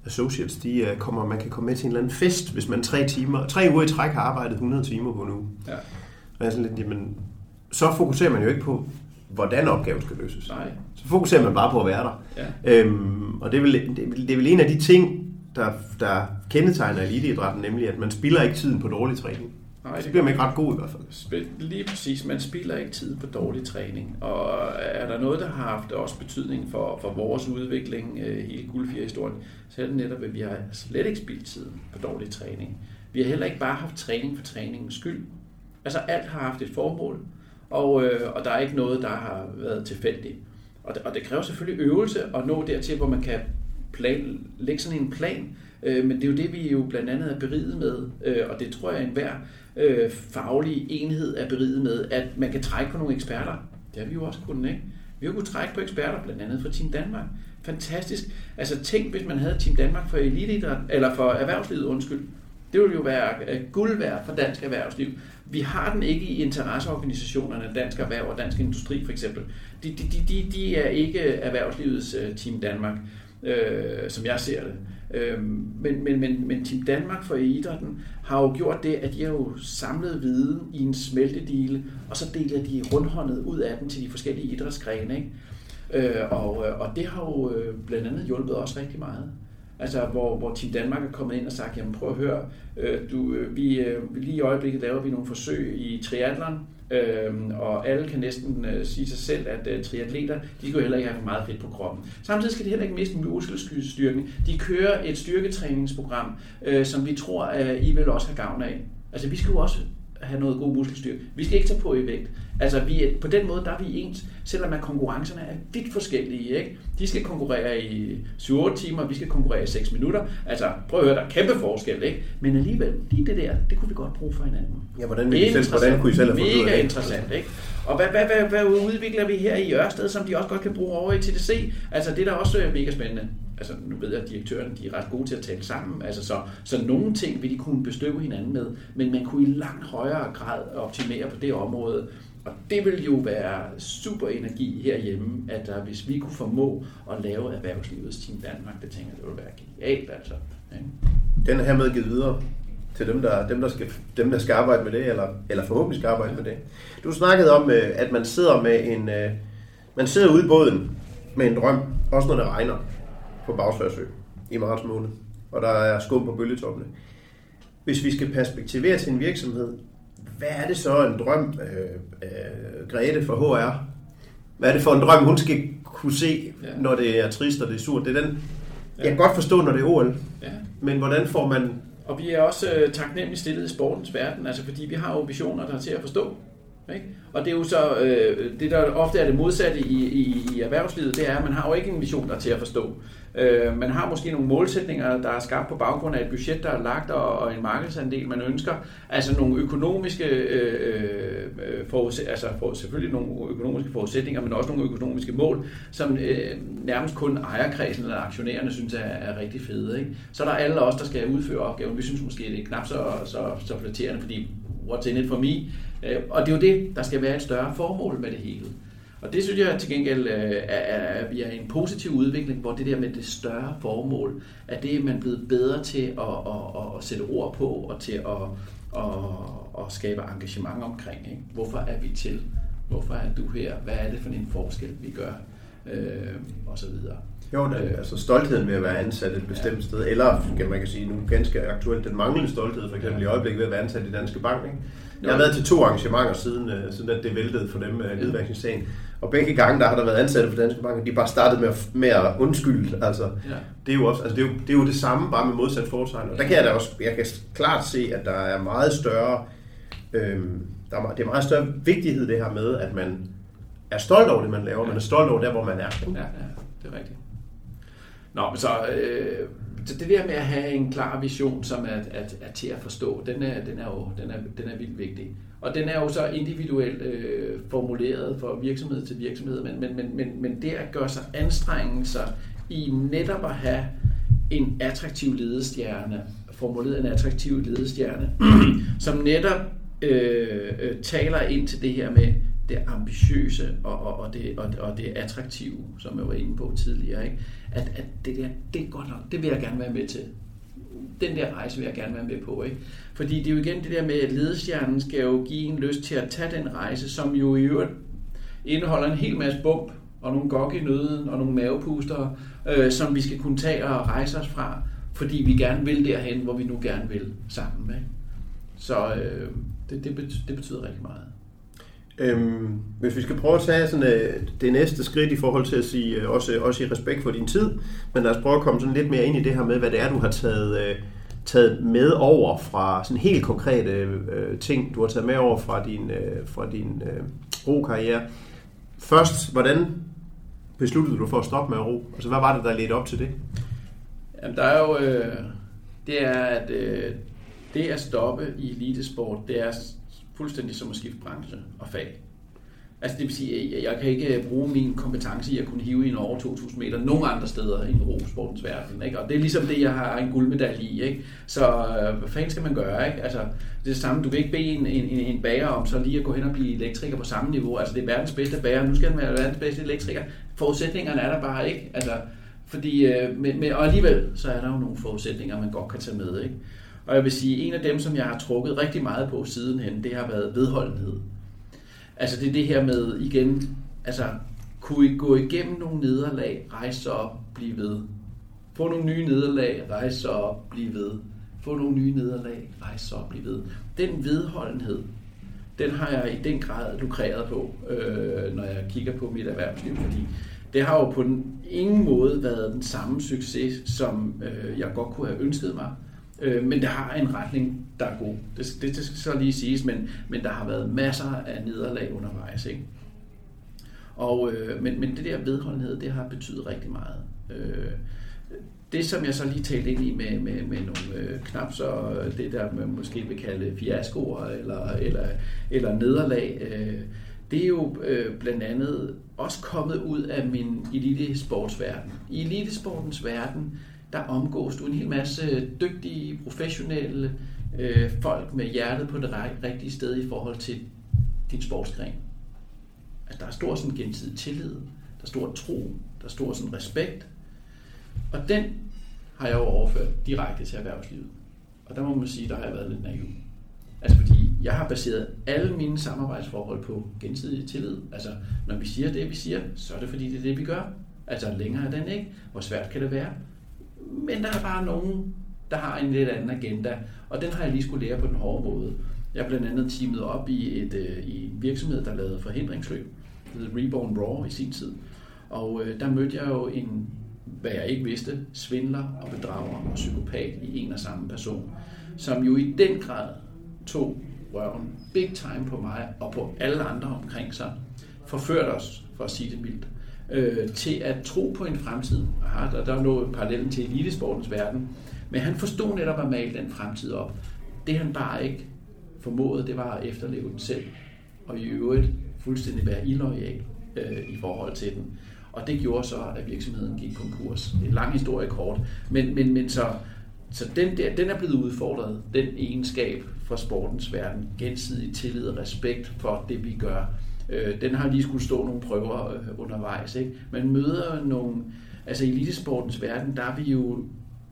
associates, de uh, kommer, man kan komme med til en eller anden fest, hvis man tre timer, tre uger i træk har arbejdet hundrede timer på en uge. Ja. Og jeg sådan lidt, jamen, så fokuserer man jo ikke på, hvordan opgaven skal løses. Nej. Så fokuserer man bare på at være der. Ja. Øhm, og det er, vel, det, er vel, det er vel en af de ting, der, der kendetegner eliteidrætten, nemlig at man spilder ikke tiden på dårlig træning. Nej, det bliver man ikke ret god i hvert fald. Lige præcis, man spilder ikke tid på dårlig træning. Og er der noget, der har haft også betydning for, for vores udvikling, hele Guldfjer-historien, så er det netop, at vi har slet ikke spildt tiden på dårlig træning. Vi har heller ikke bare haft træning for træningens skyld. Altså alt har haft et formål, og, øh, og der er ikke noget, der har været tilfældigt. Og det, og det kræver selvfølgelig øvelse at nå dertil, hvor man kan plan, lægge sådan en plan. Øh, men det er jo det, vi jo blandt andet er beriget med, øh, og det tror jeg, enhver øh, faglig enhed er beriget med, at man kan trække på nogle eksperter. Det har vi jo også kunnet, ikke? Vi har kunnet trække på eksperter, blandt andet fra Team Danmark. Fantastisk. Altså tænk, hvis man havde Team Danmark for eliteidræt, eller for erhvervslivet, undskyld. Det ville jo være guld værd for dansk erhvervsliv. Vi har den ikke i interesseorganisationerne, Dansk Erhverv og Dansk Industri for eksempel. De, de, de, de er ikke erhvervslivets Team Danmark, øh, som jeg ser det. Øh, men, men, men, men Team Danmark for idrætten har jo gjort det, at de har jo samlet viden i en smeltedile, og så deler de rundhåndet ud af den til de forskellige idrætsgrene, ikke? Øh, og, og det har jo blandt andet hjulpet os rigtig meget. Altså, hvor, hvor Team Danmark er kommet ind og sagt, jamen prøv at høre, øh, du, øh, vi, øh, lige i øjeblikket laver vi nogle forsøg i triathlon, øh, og alle kan næsten øh, sige sig selv, at øh, triatleter, de skal jo heller ikke have for meget fedt på kroppen. Samtidig skal de heller ikke miste muskelstyrken. De kører et styrketræningsprogram, øh, som vi tror, at I vil også have gavn af. Altså, vi skal jo også have noget god muskelstyrke. Vi skal ikke tage på i vægt. Altså, vi er, på den måde, der er vi ens, selvom at konkurrencerne er vidt forskellige, ikke? De skal konkurrere i syv otte timer, vi skal konkurrere i seks minutter. Altså, prøv at høre, der er kæmpe forskel, ikke? Men alligevel, lige det der, det kunne vi godt bruge for hinanden. Ja, hvordan, vil I selv, hvordan kunne I selv have fundet ud af det? Mega interessant, ikke? Og hvad, hvad, hvad, hvad udvikler vi her i Ørsted, som de også godt kan bruge over i T D C? Altså, det er da også mega spændende. Altså, nu ved jeg, at direktørerne de er ret gode til at tale sammen. Altså, så, så nogle ting vil de kunne bestøve hinanden med, men man kunne i langt højere grad optimere på det område. Og det vil jo være super energi herhjemme, at der, hvis vi kunne formå at lave erhvervslivets Team Danmark, det tænker jeg, det ville være genialt, altså. Ikke? Den er hermed givet videre til dem, der, dem, der, skal, dem, der skal arbejde med det, eller, eller forhåbentlig skal arbejde med det. Du snakkede om, at man sidder med en, man sidder ude i båden med en drøm, også når det regner, på Bagsværd Sø i marts måned, og der er skum på bølgetoppene. Hvis vi skal perspektivere til en virksomhed, hvad er det så en drøm, øh, øh, Grete fra H R? Hvad er det for en drøm, hun skal kunne se, ja. Når det er trist og det er surt? Det er den, ja. Jeg kan godt forstå, når det er O L, ja. Men hvordan får man... Og vi er også øh, taknemmeligt stillet i sportens verden, altså fordi vi har jo visioner, der er til at forstå. Ikke? Og det er jo så, øh, det der ofte er det modsatte i, i, i erhvervslivet, det er, at man har jo ikke en vision, der er til at forstå. Øh, man har måske nogle målsætninger, der er skabt på baggrund af et budget, der er lagt, og, og en markedsandel, man ønsker. Altså nogle økonomiske, øh, øh, forudsæt, altså for, selvfølgelig nogle økonomiske forudsætninger, men også nogle økonomiske mål, som øh, nærmest kun ejerkredsen eller aktionærerne synes er, er rigtig fede. Ikke? Så er der alle os, der skal udføre opgaven. Vi synes måske, det er knap så, så, så flatterende, fordi what's in it for me? Og det er jo det, der skal være et større formål med det hele. Og det synes jeg til gengæld, at vi er i en positiv udvikling, hvor det der med det større formål, at det er man blevet bedre til at, at, at sætte ord på, og til at, at, at skabe engagement omkring. Ikke? Hvorfor er vi til? Hvorfor er du her? Hvad er det for en forskel, vi gør? Øh, og så videre. Jo, da, altså stoltheden ved at være ansat et bestemt ja. Sted, eller kan man kan sige nu ganske aktuelt, den manglende stolthed, for eksempel ja. I øjeblikket ved at være ansat i Danske Bank. Ikke? Jeg har været til to arrangementer siden, siden at det væltede for dem med hvidvaskningssagen. Og begge gange, der har der været ansatte for Danske Bank, de bare startet med at, med at undskylde. Altså, ja. det, er jo også, altså, det, er jo, det er jo det samme, bare med modsat foretegn. Og der kan jeg da også, jeg kan klart se, at der er meget større, øhm, der er, det er meget større vigtighed det her med, at man er stolt over det, man laver. Ja. Man er stolt over der, hvor man er. Ja, ja, det er rigtigt. Nå, men så øh, det der med at have en klar vision, som er, er, er til at forstå, den er, den er jo den er, den er vildt vigtig. Og den er jo så individuelt øh, formuleret fra virksomhed til virksomhed, men, men, men, men, men det at gøre sig anstrengelser i netop at have en attraktiv ledestjerne, formuleret en attraktiv ledestjerne, som netop øh, øh, taler ind til det her med, det ambitiøse og, og, og, det, og, og det attraktive, som jeg var inde på tidligere, ikke? At, at det der, det er godt nok, det vil jeg gerne være med til. Den der rejse vil jeg gerne være med på, ikke? Fordi det er jo igen det der med, at ledestjernen skal jo give en lyst til at tage den rejse, som jo i øvrigt indeholder en hel masse bump, og nogle gok i nøden, og nogle mavepuster, øh, som vi skal kunne tage og rejse os fra, fordi vi gerne vil derhen, hvor vi nu gerne vil sammen, ikke? Så øh, det, det, betyder, det betyder rigtig meget. Øhm, hvis vi skal prøve at tage sådan, øh, det næste skridt i forhold til at sige, øh, også, også i respekt for din tid, men lad os prøve at komme sådan lidt mere ind i det her med, hvad det er, du har taget, øh, taget med over fra sådan helt konkrete øh, ting, du har taget med over fra din, øh, fra din øh, rokarriere. Først, hvordan besluttede du for at stoppe med at ro? Altså, hvad var det, der ledte op til det? Jamen, der er jo, øh, det er, at øh, det at stoppe i elitesport, det er fuldstændig som at skifte branche og fag. Altså det vil sige, at jeg kan ikke bruge min kompetence i at kunne hive i en over to tusind meter nogen andre steder i rosportens verden, ikke? Og det er ligesom det, jeg har en guldmedalje i, ikke? Så øh, hvad fanden skal man gøre, ikke? Altså det er det samme, du kan ikke bede en, en, en bager om så lige at gå hen og blive elektriker på samme niveau. Altså det er verdens bedste bager, nu skal han være verdens bedste elektriker. Forudsætningerne er der bare ikke, altså fordi, øh, med, med, og alligevel så er der jo nogle forudsætninger, man godt kan tage med, ikke? Og jeg vil sige, en af dem, som jeg har trukket rigtig meget på sidenhen, det har været vedholdenhed. Altså det er det her med, igen, altså kunne I gå igennem nogle nederlag, rejse sig op, blive ved. Få nogle nye nederlag, rejse sig op, blive ved. Få nogle nye nederlag, rejse sig op, blive ved. Den vedholdenhed, den har jeg i den grad lukreret på, øh, når jeg kigger på mit erhvervsliv, fordi det har jo på den ingen måde været den samme succes, som øh, jeg godt kunne have ønsket mig. Men der har en retning, der er god. Det, det, det skal så lige siges, men, men der har været masser af nederlag undervejs, ikke? Og, øh, men, men det der vedholdenhed, det har betydet rigtig meget. Øh, det, som jeg så lige talte ind i med, med, med nogle øh, knap så det der man måske vil kalde fiaskoer eller, eller, eller nederlag, øh, det er jo øh, blandt andet også kommet ud af min elitesportsverden. I elitesportens verden, der omgås du en hel masse dygtige, professionelle øh, folk med hjertet på det rigtige sted i forhold til din sportsgren. Altså, der er stor sådan gensidig tillid, der er stor tro, der er stor sådan respekt, og den har jeg jo overført direkte til erhvervslivet. Og der må man sige, der har jeg været lidt naiv. Altså fordi jeg har baseret alle mine samarbejdsforhold på gensidig tillid. Altså når vi siger det, vi siger, så er det fordi det er det, vi gør. Altså længere er den ikke. Hvor svært kan det være? Men der er bare nogen, der har en lidt anden agenda, og den har jeg lige skulle lære på den hårde måde. Jeg er blandt andet teamet op i, et, øh, i en virksomhed, der lavede forhindringsløb, det hedder Reborn Raw i sin tid. Og øh, der mødte jeg jo en, hvad jeg ikke vidste, svindler og bedrager og psykopat i en og samme person, som jo i den grad tog røven big time på mig og på alle andre omkring sig, forførte os, for at sige det mildt, øh, til at tro på en fremtid. Aha, der, der lå parallellen til elitesportens verden, men han forstod netop at male den fremtid op. Det han bare ikke formåede, det var at efterleve den selv, og i øvrigt fuldstændig være illoyal øh, i forhold til den. Og det gjorde så, at virksomheden gik konkurs. En lang historie kort, men, men, men så, så den, der, den er blevet udfordret, den egenskab for sportens verden, gensidig tillid og respekt for det, vi gør. Øh, den har lige skulle stå nogle prøver øh, undervejs, ikke? Man møder nogle, altså i elitesportens verden, der er vi jo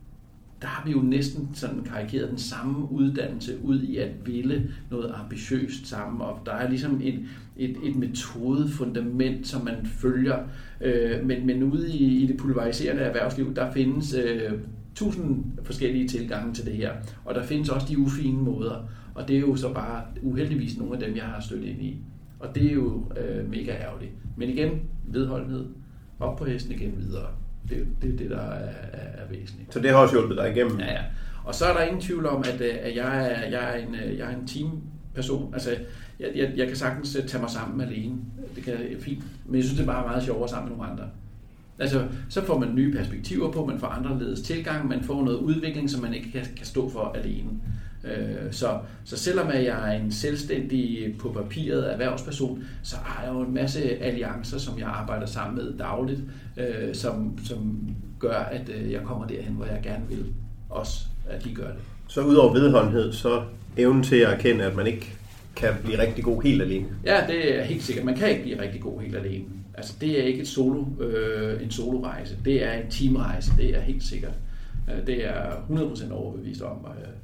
der har vi jo næsten sådan karikeret den samme uddannelse ud i at ville noget ambitiøst sammen, og der er ligesom et, et, et metodefundament, som man følger, øh, men, men ude i, i det pulveriserende erhvervsliv, der findes øh, tusind forskellige tilgange til det her, og der findes også de ufine måder, og det er jo så bare uheldigvis nogle af dem, jeg har stødt ind i, og det er jo øh, mega ærgerligt. Men igen, vedholdenhed, op på hesten igen videre. Det er det, det, der er, er, er væsentligt. Så det har også hjulpet dig igennem? Ja, ja. Og så er der ingen tvivl om, at, at jeg, er, jeg, er en, jeg er en teamperson. Altså, jeg, jeg, jeg kan sagtens tage mig sammen alene. Det kan jeg fint. Men jeg synes, det er bare meget sjovere sammen med nogle andre. Altså, så får man nye perspektiver på, man får anderledes tilgang, man får noget udvikling, som man ikke kan, kan stå for alene. Så, så selvom jeg er en selvstændig på papiret erhvervsperson, så har jeg jo en masse alliancer, som jeg arbejder sammen med dagligt, som, som gør, at jeg kommer derhen, hvor jeg gerne vil også, at de gør det. Så udover vedholdenhed, så evnen til at erkende, at man ikke kan blive rigtig god helt alene. Ja, det er helt sikkert. Man kan ikke blive rigtig god helt alene. Altså, det er ikke et solo, øh, en solorejse. Det er en teamrejse. Det er helt sikkert. Det er hundrede procent overbevist om.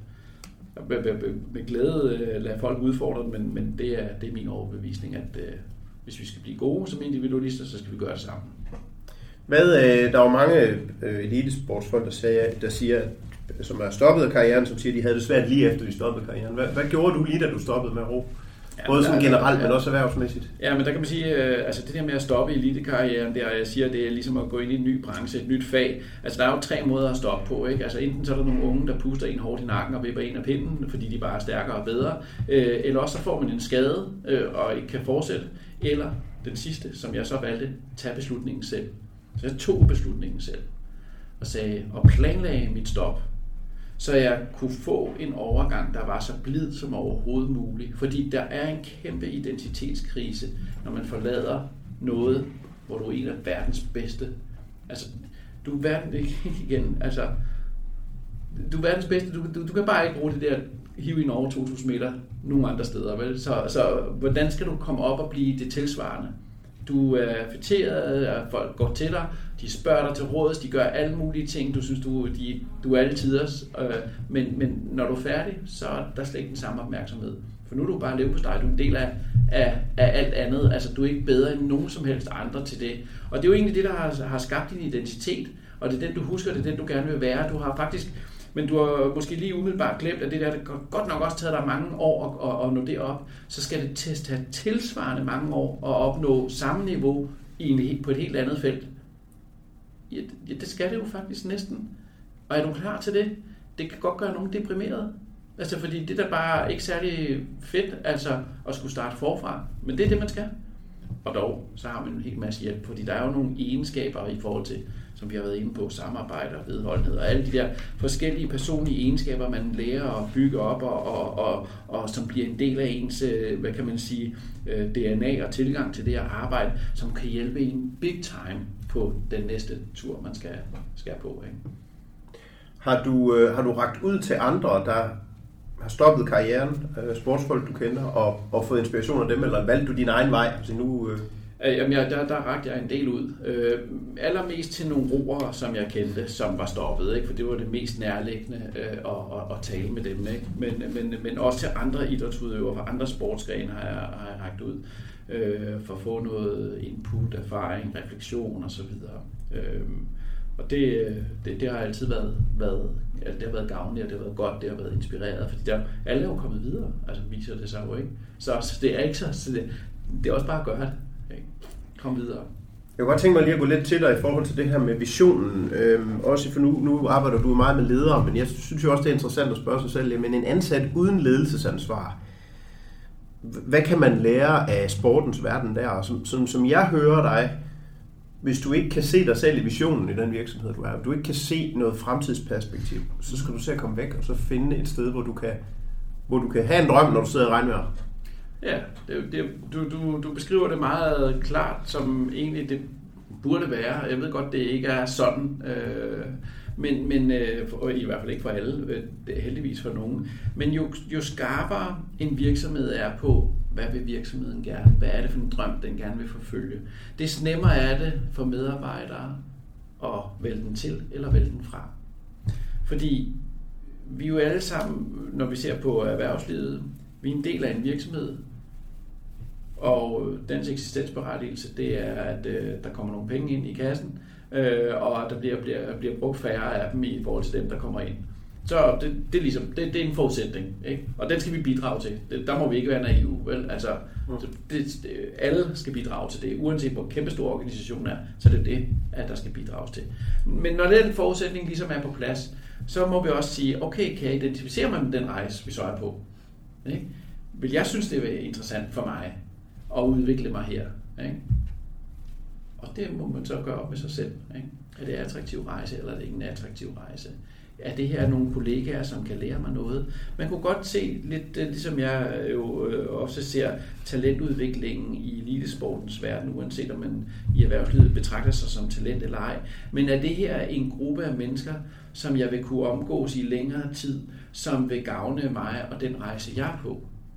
Jeg med glæde lader folk udfordre det, men, men det, er, det er min overbevisning, at øh, hvis vi skal blive gode som individualister, så skal vi gøre det sammen. Hvad, øh, der er jo mange øh, elitesportsfolk, der, siger, der siger, som er stoppet af karrieren, som siger, at de havde det svært lige efter, de stoppede karrieren. Hvad, hvad gjorde du lige, da du stoppede med at ro? Både som generelt, men også erhvervsmæssigt. Ja, men der kan man sige, altså det der med at stoppe elitekarrieren, der jeg siger, det er ligesom at gå ind i en ny branche, et nyt fag. Altså der er jo tre måder at stoppe på, ikke? Altså enten så er der nogle unge, der puster en hårdt i nakken og vipper en af pinden, fordi de bare er stærkere og bedre. Eller også så får man en skade og ikke kan fortsætte. Eller den sidste, som jeg så valgte, tage beslutningen selv. Så jeg tog beslutningen selv og sagde, og planlagde mit stop, så jeg kunne få en overgang, der var så blid som overhovedet muligt. Fordi der er en kæmpe identitetskrise, når man forlader noget, hvor du er en af verdens bedste. Altså, du er verden, igen, altså, du er verdens bedste, du, du, du kan bare ikke bruge det der hive i over to tusind meter nogen andre steder, vel? Så, så hvordan skal du komme op og blive det tilsvarende? Du er fætteret, at folk går til dig, de spørger dig til råds, de gør alle mulige ting, du synes, du, de, du er altid os, øh, men, men når du er færdig, så er der slet ikke den samme opmærksomhed. For nu er du bare leve på dig, du er en del af, af, af alt andet, altså du er ikke bedre end nogen som helst andre til det. Og det er jo egentlig det, der har, har skabt din identitet, og det er den, du husker, det er den, du gerne vil være. Du har faktisk, men du har måske lige umiddelbart glemt, at det der, det godt nok også taget dig mange år at, at, at nå det op, så skal det tage tilsvarende mange år at opnå samme niveau i en, på et helt andet felt. Ja, det skal det jo faktisk næsten. Og er du klar til det? Det kan godt gøre nogen deprimeret. Altså, fordi det der bare ikke særlig fedt, altså at skulle starte forfra. Men det er det, man skal. Og dog, så har man en hel masse hjælp, fordi der er jo nogle egenskaber i forhold til, som vi har været inde på, samarbejde og vedholdenhed, og alle de der forskellige personlige egenskaber, man lærer at bygge op, og, og, og, og som bliver en del af ens, hvad kan man sige, D N A og tilgang til det at arbejde, som kan hjælpe en big time på den næste tur, man skal, skal på. Ikke? Har du, øh, har du rakt ud til andre, der har stoppet karrieren, øh, sportsfolk du kender, og, og fået inspiration af dem, eller valgte du din egen vej? Altså nu, øh... Jamen, jeg, der, der rakte jeg en del ud. Øh, allermest til nogle roere, som jeg kendte, som var stoppet, ikke? For det var det mest nærliggende øh, at, at, at tale med dem. Ikke? Men, men, men også til andre idrætsudøvere fra andre sportsgrene har jeg, har jeg rakt ud øh, for at få noget input, erfaring, refleksion osv. Øh, og det, det, det har altid været, været, altså det har været gavnligt, og det har været godt, det har været inspireret, fordi der, alle er jo kommet videre, altså viser det sig jo ikke. Så, så det er ikke så, så det, det er også bare at gøre det. Kom videre. Jeg kunne godt tænke mig lige at gå lidt til dig i forhold til det her med visionen. Øhm, også for nu, nu arbejder du meget med ledere, men jeg synes jo også, det er interessant at spørge sig selv, men en ansat uden ledelsesansvar, hvad kan man lære af sportens verden der? Som, som, som jeg hører dig, hvis du ikke kan se dig selv i visionen i den virksomhed, du er, hvis du ikke kan se noget fremtidsperspektiv, så skal du se at komme væk og så finde et sted, hvor du kan, hvor du kan have en drøm, når du sidder i regnvejr. Ja, det, det, du, du, du beskriver det meget klart, som egentlig det burde være. Jeg ved godt, det ikke er sådan, øh, men, men øh, for, i hvert fald ikke for alle, det er heldigvis for nogen. Men jo, jo skarpere en virksomhed er på, hvad vil virksomheden gerne, hvad er det for en drøm, den gerne vil forfølge, det nemmere er det for medarbejdere at vælge den til eller vælge den fra. Fordi vi er jo alle sammen, når vi ser på erhvervslivet, vi er en del af en virksomhed, og dens eksistensberettigelse, det er, at øh, der kommer nogle penge ind i kassen, øh, og der bliver, bliver, bliver brugt færre af dem i forhold til dem, der kommer ind. Så det, det, er, ligesom, det, det er en forudsætning, ikke? Og den skal vi bidrage til. Det, der må vi ikke være naive, vel? Altså, det, det, alle skal bidrage til det. Uanset hvor kæmpestor organisation er, så det er det, at der skal bidrages til. Men når den forudsætning ligesom er på plads, så må vi også sige, okay, kan jeg identificere mig med den rejse, vi så er på? Ikke? Vil jeg synes, det er interessant for mig at udvikle mig her? Ikke? Og det må man så gøre op med sig selv. Ikke? Er det en attraktiv rejse, eller er det ikke en attraktiv rejse? Er det her nogle kollegaer, som kan lære mig noget? Man kunne godt se lidt, ligesom jeg jo også ser talentudviklingen i elitesportens verden, uanset om man i erhvervslivet betragter sig som talent eller ej. Men er det her en gruppe af mennesker, som jeg vil kunne omgås i længere tid, som vil gavne mig og den rejse, jeg er på?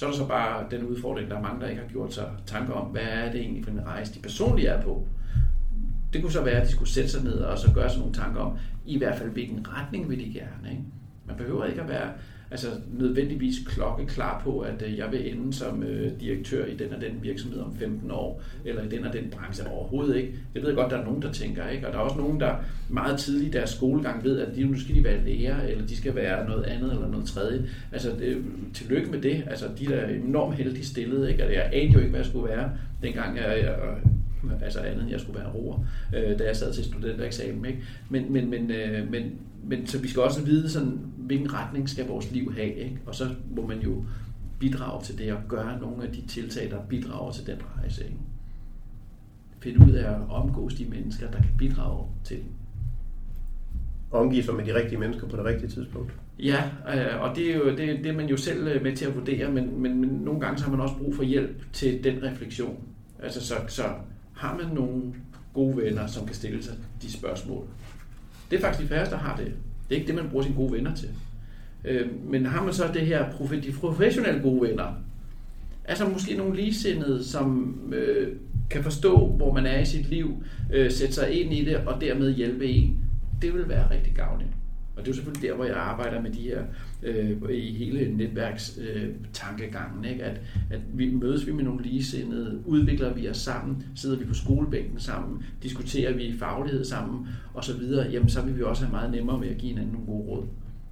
Så er der så bare den udfordring, der er mange, der ikke har gjort sig tanker om, hvad er det egentlig for en rejse, de personligt er på. Det kunne så være, at de skulle sætte sig ned og så gøre sig nogle tanker om, i hvert fald hvilken retning vil de gerne. Ikke? Man behøver ikke at være altså, nødvendigvis klokkeklar på, at øh, jeg vil ende som øh, direktør i den og den virksomhed om femten år, eller i den og den branche overhovedet ikke. Jeg ved godt, der er nogen, der tænker, ikke? Og der er også nogen, der meget tidligt i deres skolegang ved, at de, nu skal de være lærer, eller de skal være noget andet eller noget tredje. Altså, det, tillykke med det. Altså, de er enormt heldigt stillet, ikke? Og jeg anede jo ikke, hvad jeg skulle være, dengang jeg, jeg altså andet end jeg skulle være roer, øh, da jeg sad til studentereksamen, ikke? Men, men, men, øh, men, men så vi skal også vide, sådan, hvilken retning skal vores liv have, ikke? Og så må man jo bidrage til det og gøre nogle af de tiltag, der bidrager til den rejse, ikke? Finde ud af at omgås de mennesker, der kan bidrage til den. Omgive sig med de rigtige mennesker på det rigtige tidspunkt. Ja, øh, og det er jo det, det er man jo selv med til at vurdere, men, men, men nogle gange så har man også brug for hjælp til den refleksion. Altså så, så har man nogle gode venner, som kan stille sig de spørgsmål. Det er faktisk de færreste, der har det. Det er ikke det, man bruger sine gode venner til. Øh, men har man så det her, de professionelle gode venner, altså måske nogle ligesindede, som øh, kan forstå, hvor man er i sit liv, øh, sætte sig ind i det, og dermed hjælpe en, det vil være rigtig gavnligt. Og det er jo selvfølgelig der, hvor jeg arbejder med de her, øh, i hele netværkstankegangen, øh, at, at vi mødes vi med nogle ligesindede, udvikler vi os sammen, sidder vi på skolebænken sammen, diskuterer vi faglighed sammen, og så videre, jamen så vil vi også have meget nemmere med at give hinanden nogle gode råd.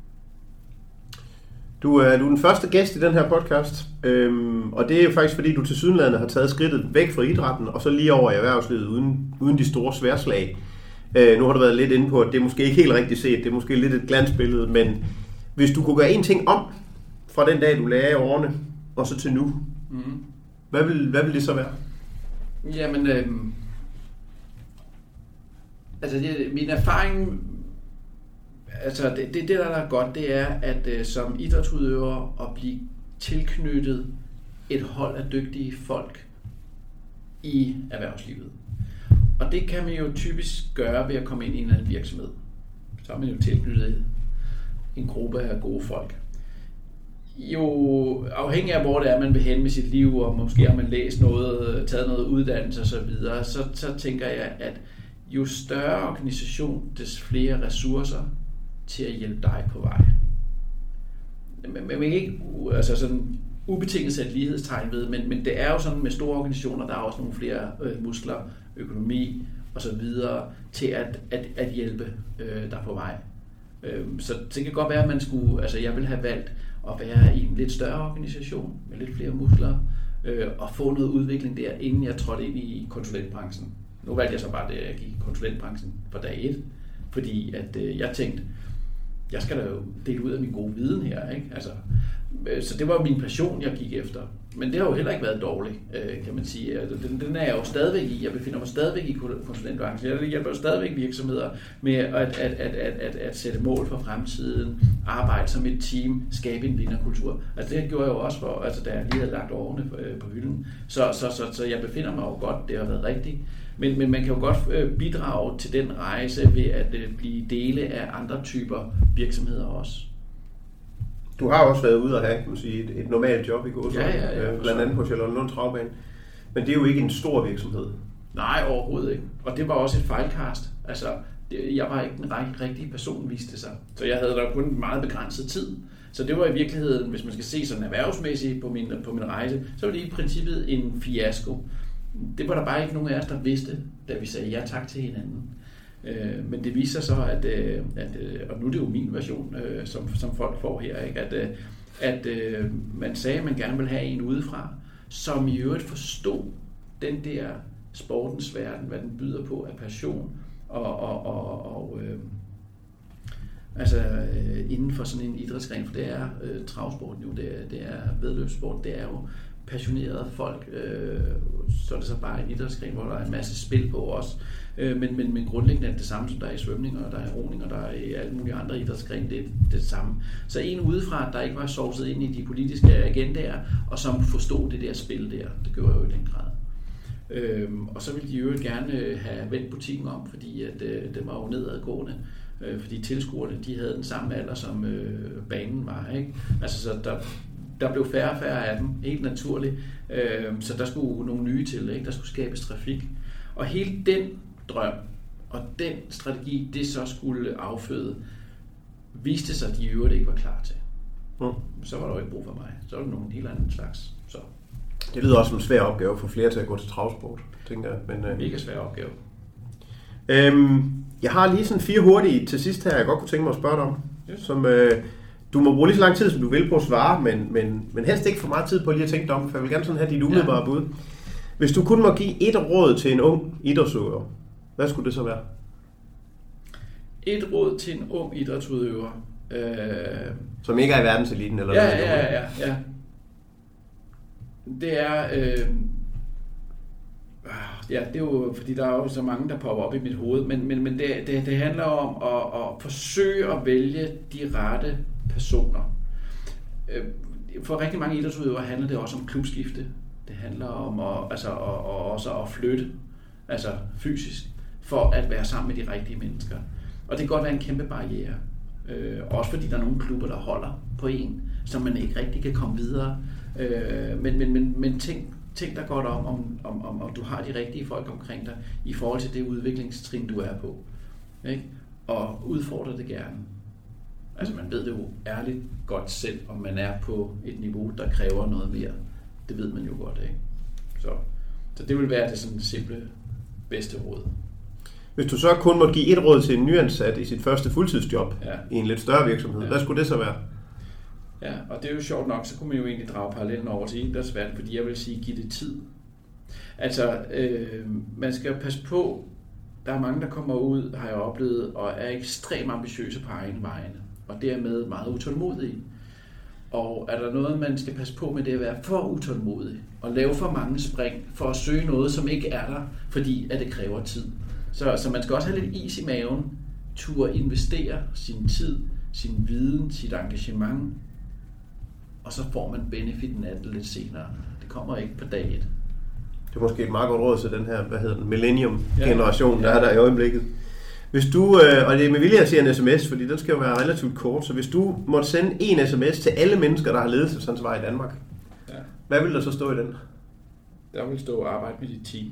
Du er, du er den første gæst i den her podcast, øhm, og det er jo faktisk fordi, du tilsyneladende har taget skridtet væk fra idrætten, og så lige over i erhvervslivet uden, uden de store sværslag. Øh, nu har du været lidt inde på, at det er måske ikke helt rigtigt set, det er måske lidt et glansbillede, men hvis du kunne gøre en ting om, fra den dag du lagde årene, og så til nu, mm-hmm. hvad, vil, hvad vil det så være? Jamen, øh, altså det, min erfaring, altså det, det, det der er godt, det er, at øh, som idrætsudøver at blive tilknyttet et hold af dygtige folk i erhvervslivet. Og det kan man jo typisk gøre ved at komme ind i en eller anden virksomhed. Så er man jo tilknyttet en gruppe af gode folk. Jo afhængig af, hvor det er, man vil hen med sit liv, og måske har man læst noget, taget noget uddannelse osv., så, så tænker jeg, at jo større organisation, des flere ressourcer til at hjælpe dig på vej. Man kan ikke altså sådan ubetinget sætte lighedstegn ved, men, men det er jo sådan med store organisationer, der er også nogle flere øh, muskler, økonomi og så videre til at, at, at hjælpe øh, der på vej. Øh, så det kan godt være, at man skulle, altså jeg vil have valgt at være i en lidt større organisation med lidt flere muskler øh, og få noget udvikling der, inden jeg trådte ind i konsulentbranchen. Nu valgte jeg så bare det, at jeg gik i konsulentbranchen fra dag et, fordi at øh, jeg tænkte, jeg skal da jo dele ud af min gode viden her, ikke? Altså, så det var min passion, jeg gik efter. Men det har jo heller ikke været dårligt, kan man sige. Den, den er jeg jo stadigvæk i. Jeg befinder mig stadigvæk i konsulentbranchen. Jeg hjælper jo stadigvæk virksomheder med at, at, at, at, at, at sætte mål for fremtiden, arbejde som et team, skabe en vinderkultur. Altså det gjorde jeg jo også, for, altså, da jeg lige havde lagt årene på hylden. Så, så, så, så jeg befinder mig jo godt, det har været rigtigt. Men, men man kan jo godt bidrage til den rejse ved at blive dele af andre typer virksomheder også. Du har også været ude og have, kan man sige, et, et normalt job i går, ja, ja, ja, blandt andet på Charlottenlund Travbane. Men det er jo ikke en stor virksomhed. Nej, overhovedet ikke. Og det var også et fejlkast. Altså, det, jeg var ikke en rigtig person, viste det sig. Så jeg havde der kun meget begrænset tid. Så det var i virkeligheden, hvis man skal se sådan erhvervsmæssigt på min, på min rejse, så var det i princippet en fiasko. Det var der bare ikke nogen af os, der vidste, da vi sagde ja tak til hinanden. Øh, men det viser så, at, øh, at øh, og nu er det jo min version, øh, som, som folk får her, ikke? at, øh, at øh, man sagde, at man gerne ville have en udefra, som i øvrigt forstod den der sportens verden, hvad den byder på af passion, og, og, og, og øh, altså øh, inden for sådan en idrætsgren, for det er øh, travsporten jo, det er, det er væddeløbssport, det er jo passionerede folk, øh, så er det så bare en idrætsgren, hvor der er en masse spil på også. Øh, men, men, men grundlæggende er det det samme, som der er i svømning, og der er i roning, og der er i alle mulige andre idrætsgrene, det er det samme. Så en udefra, der ikke var sovset ind i de politiske agendaer, og som forstod det der spil der, det gjorde jeg jo i den grad. Øh, og så ville de jo gerne have vendt butikken om, fordi at, øh, det var jo nedadgående. Fordi tilskuerne, de havde den samme alder, som øh, banen var, ikke? Altså, så der, der blev færre og færre af dem, helt naturligt. Øh, så der skulle nogle nye til, ikke? Der skulle skabes trafik. Og hele den drøm og den strategi, det så skulle afføde, viste sig, at de i øvrigt ikke var klar til. Mm. Så var der jo ikke brug for mig. Så var det nogen helt anden slags. Så. Det lyder også som en svær opgave for flere til at gå til travsport, tænker jeg. Men, øh... Mega svær opgave. Øhm, jeg har lige sådan fire hurtige til sidst her, jeg godt kunne tænke mig at spørge dig om. Yes. Som, øh, du må bruge lige så lang tid, som du vil på at svare, men, men, men helst ikke for meget tid på lige at tænke dig om, for jeg vil gerne sådan have dit umiddelbare bud. Hvis du kun må give et råd til en ung idrætsudøver, hvad skulle det så være? Et råd til en ung idrætsudøver. Øh... Som ikke er i verdenseliten? Eller ja, noget, ja, ja, ja. Det er... Øh... Ja, det er jo, fordi der er jo så mange, der popper op i mit hoved, men, men, men det, det, det handler om at, at forsøge at vælge de rette personer. For rigtig mange idrætsudøvere handler det også om klubskifte. Det handler om at, altså, at, at, også at flytte, altså fysisk, for at være sammen med de rigtige mennesker. Og det kan godt være en kæmpe barriere. Også fordi der er nogle klubber, der holder på en, så man ikke rigtig kan komme videre. Men, men, men, men tænk, Tænk dig godt om, om, om, om, om du har de rigtige folk omkring dig i forhold til det udviklingstrin, du er på. Ikke? Og udfordre det gerne. Altså man ved det jo ærligt godt selv, om man er på et niveau, der kræver noget mere. Det ved man jo godt, ikke? Så, så det vil være det sådan simple bedste råd. Hvis du så kun måtte give et råd til en nyansat i sit første fuldtidsjob ja. i en lidt større virksomhed, ja. hvad skulle det så være? Ja, og det er jo sjovt nok, så kunne man jo egentlig drage parallellen over til idrætsverdenen, fordi jeg vil sige, give det tid. Altså, øh, man skal passe på, der er mange, der kommer ud, har jeg oplevet, og er ekstremt ambitiøse på egne vegne, og dermed meget utålmodige. Og er der noget, man skal passe på med, det at være for utålmodig, og lave for mange spring, for at søge noget, som ikke er der, fordi at det kræver tid. Så, så man skal også have lidt is i maven, turde investere sin tid, sin viden, sit engagement, og så får man benefiten af det lidt senere. Det kommer ikke på dag et. Det er måske et meget godt råd til den her, hvad hedder den, millennium-generation, ja. der er der i øjeblikket. Hvis du, og det er med vilje at sige en sms, fordi den skal jo være relativt kort, så hvis du måtte sende en sms til alle mennesker, der har ledelsesansvar i Danmark, ja. hvad vil der så stå i den? Der vil stå arbejde med dit team.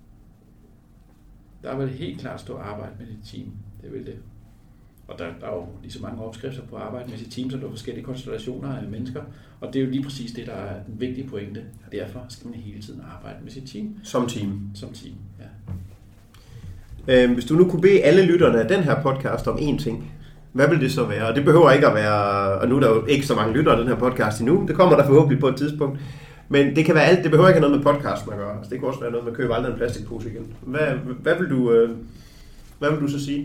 Der vil helt klart stå arbejde med dit team. Det vil det. Og der, der er jo lige så mange opskrifter på at arbejde med sit team, så der er forskellige konstellationer af mennesker. Og det er jo lige præcis det, der er den vigtige pointe. Derfor skal man hele tiden arbejde med sit team. Som team? Som team, ja. Øhm, hvis du nu kunne bede alle lytterne af den her podcast om én ting, hvad vil det så være? Og det behøver ikke at være, og nu er der jo ikke så mange lyttere af den her podcast endnu, det kommer der forhåbentlig på et tidspunkt. Men det kan være alt, det behøver ikke have noget med podcasten at gøre. Altså, det kan også være noget med at købe aldrig en plastikpose igen. Hvad, hvad, vil du, øh, hvad vil du så sige?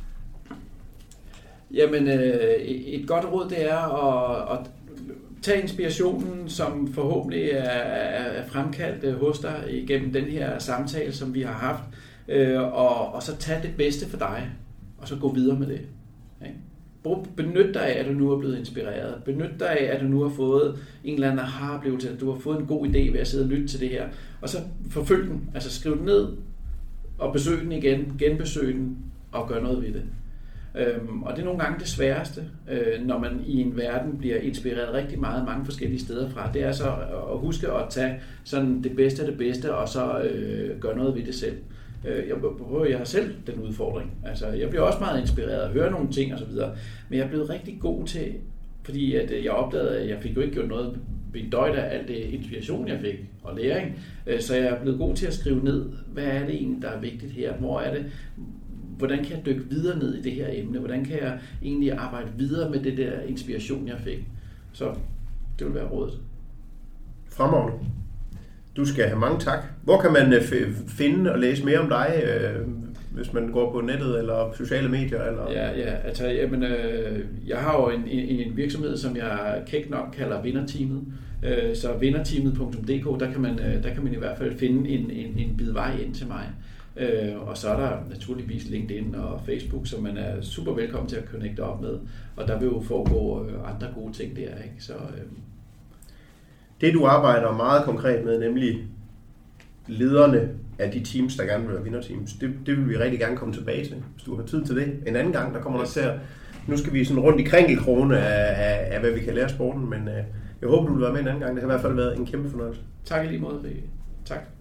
Jamen, øh, et godt råd, det er at, at tage inspirationen, som forhåbentlig er, er fremkaldt hos dig igennem den her samtale, som vi har haft, øh, og, og så tage det bedste for dig, og så gå videre med det. Ikke? Benyt dig af, at du nu er blevet inspireret. Benyt dig af, at du nu har fået en eller anden aha-oplevelse, at du har fået en god idé ved at sidde og lytte til det her, og så forfølg den, altså skriv den ned, og besøg den igen, genbesøg den, og gør noget ved det. Øhm, og det er nogle gange det sværeste, øh, når man i en verden bliver inspireret rigtig meget mange forskellige steder fra. Det er så at huske at tage sådan det bedste af det bedste, og så øh, gøre noget ved det selv. Øh, jeg, jeg har selv den udfordring. Altså, jeg bliver også meget inspireret at høre nogle ting osv., men jeg er blevet rigtig god til, fordi at jeg opdagede, at jeg fik jo ikke gjort noget ved døjt af alt det inspiration, jeg fik, og læring. Øh, så jeg er blevet god til at skrive ned, hvad er det egentlig, der er vigtigt her? Hvor er det? Hvordan kan jeg dykke videre ned i det her emne? Hvordan kan jeg egentlig arbejde videre med det der inspiration, jeg fik? Så det vil være rådet. Fremragende. Du skal have mange tak. Hvor kan man finde og læse mere om dig, hvis man går på nettet eller sociale medier? Eller? Ja, ja altså, jamen, øh, jeg har jo en, en, en virksomhed, som jeg kægt nok kalder Vinderteamet. Øh, så vinderteamet punktum d k, der kan man, der kan man i hvert fald finde en, en, en bid vej ind til mig. Øh, og så er der naturligvis LinkedIn og Facebook, som man er super velkommen til at connecte op med. Og der vil jo foregå øh, andre gode ting der, ikke? Så, øh... Det du arbejder meget konkret med, nemlig lederne af de teams, der gerne vil være vinderteams, det, det vil vi rigtig gerne komme tilbage til, hvis du har tid til det. En anden gang, der kommer yes. der til at, nu skal vi sådan rundt i krænkelkrone af, af, af, hvad vi kan lære af sporten, men øh, Jeg håber, du vil være med en anden gang. Det har i hvert fald været en kæmpe fornøjelse. Tak i lige måde, Rikke. Tak.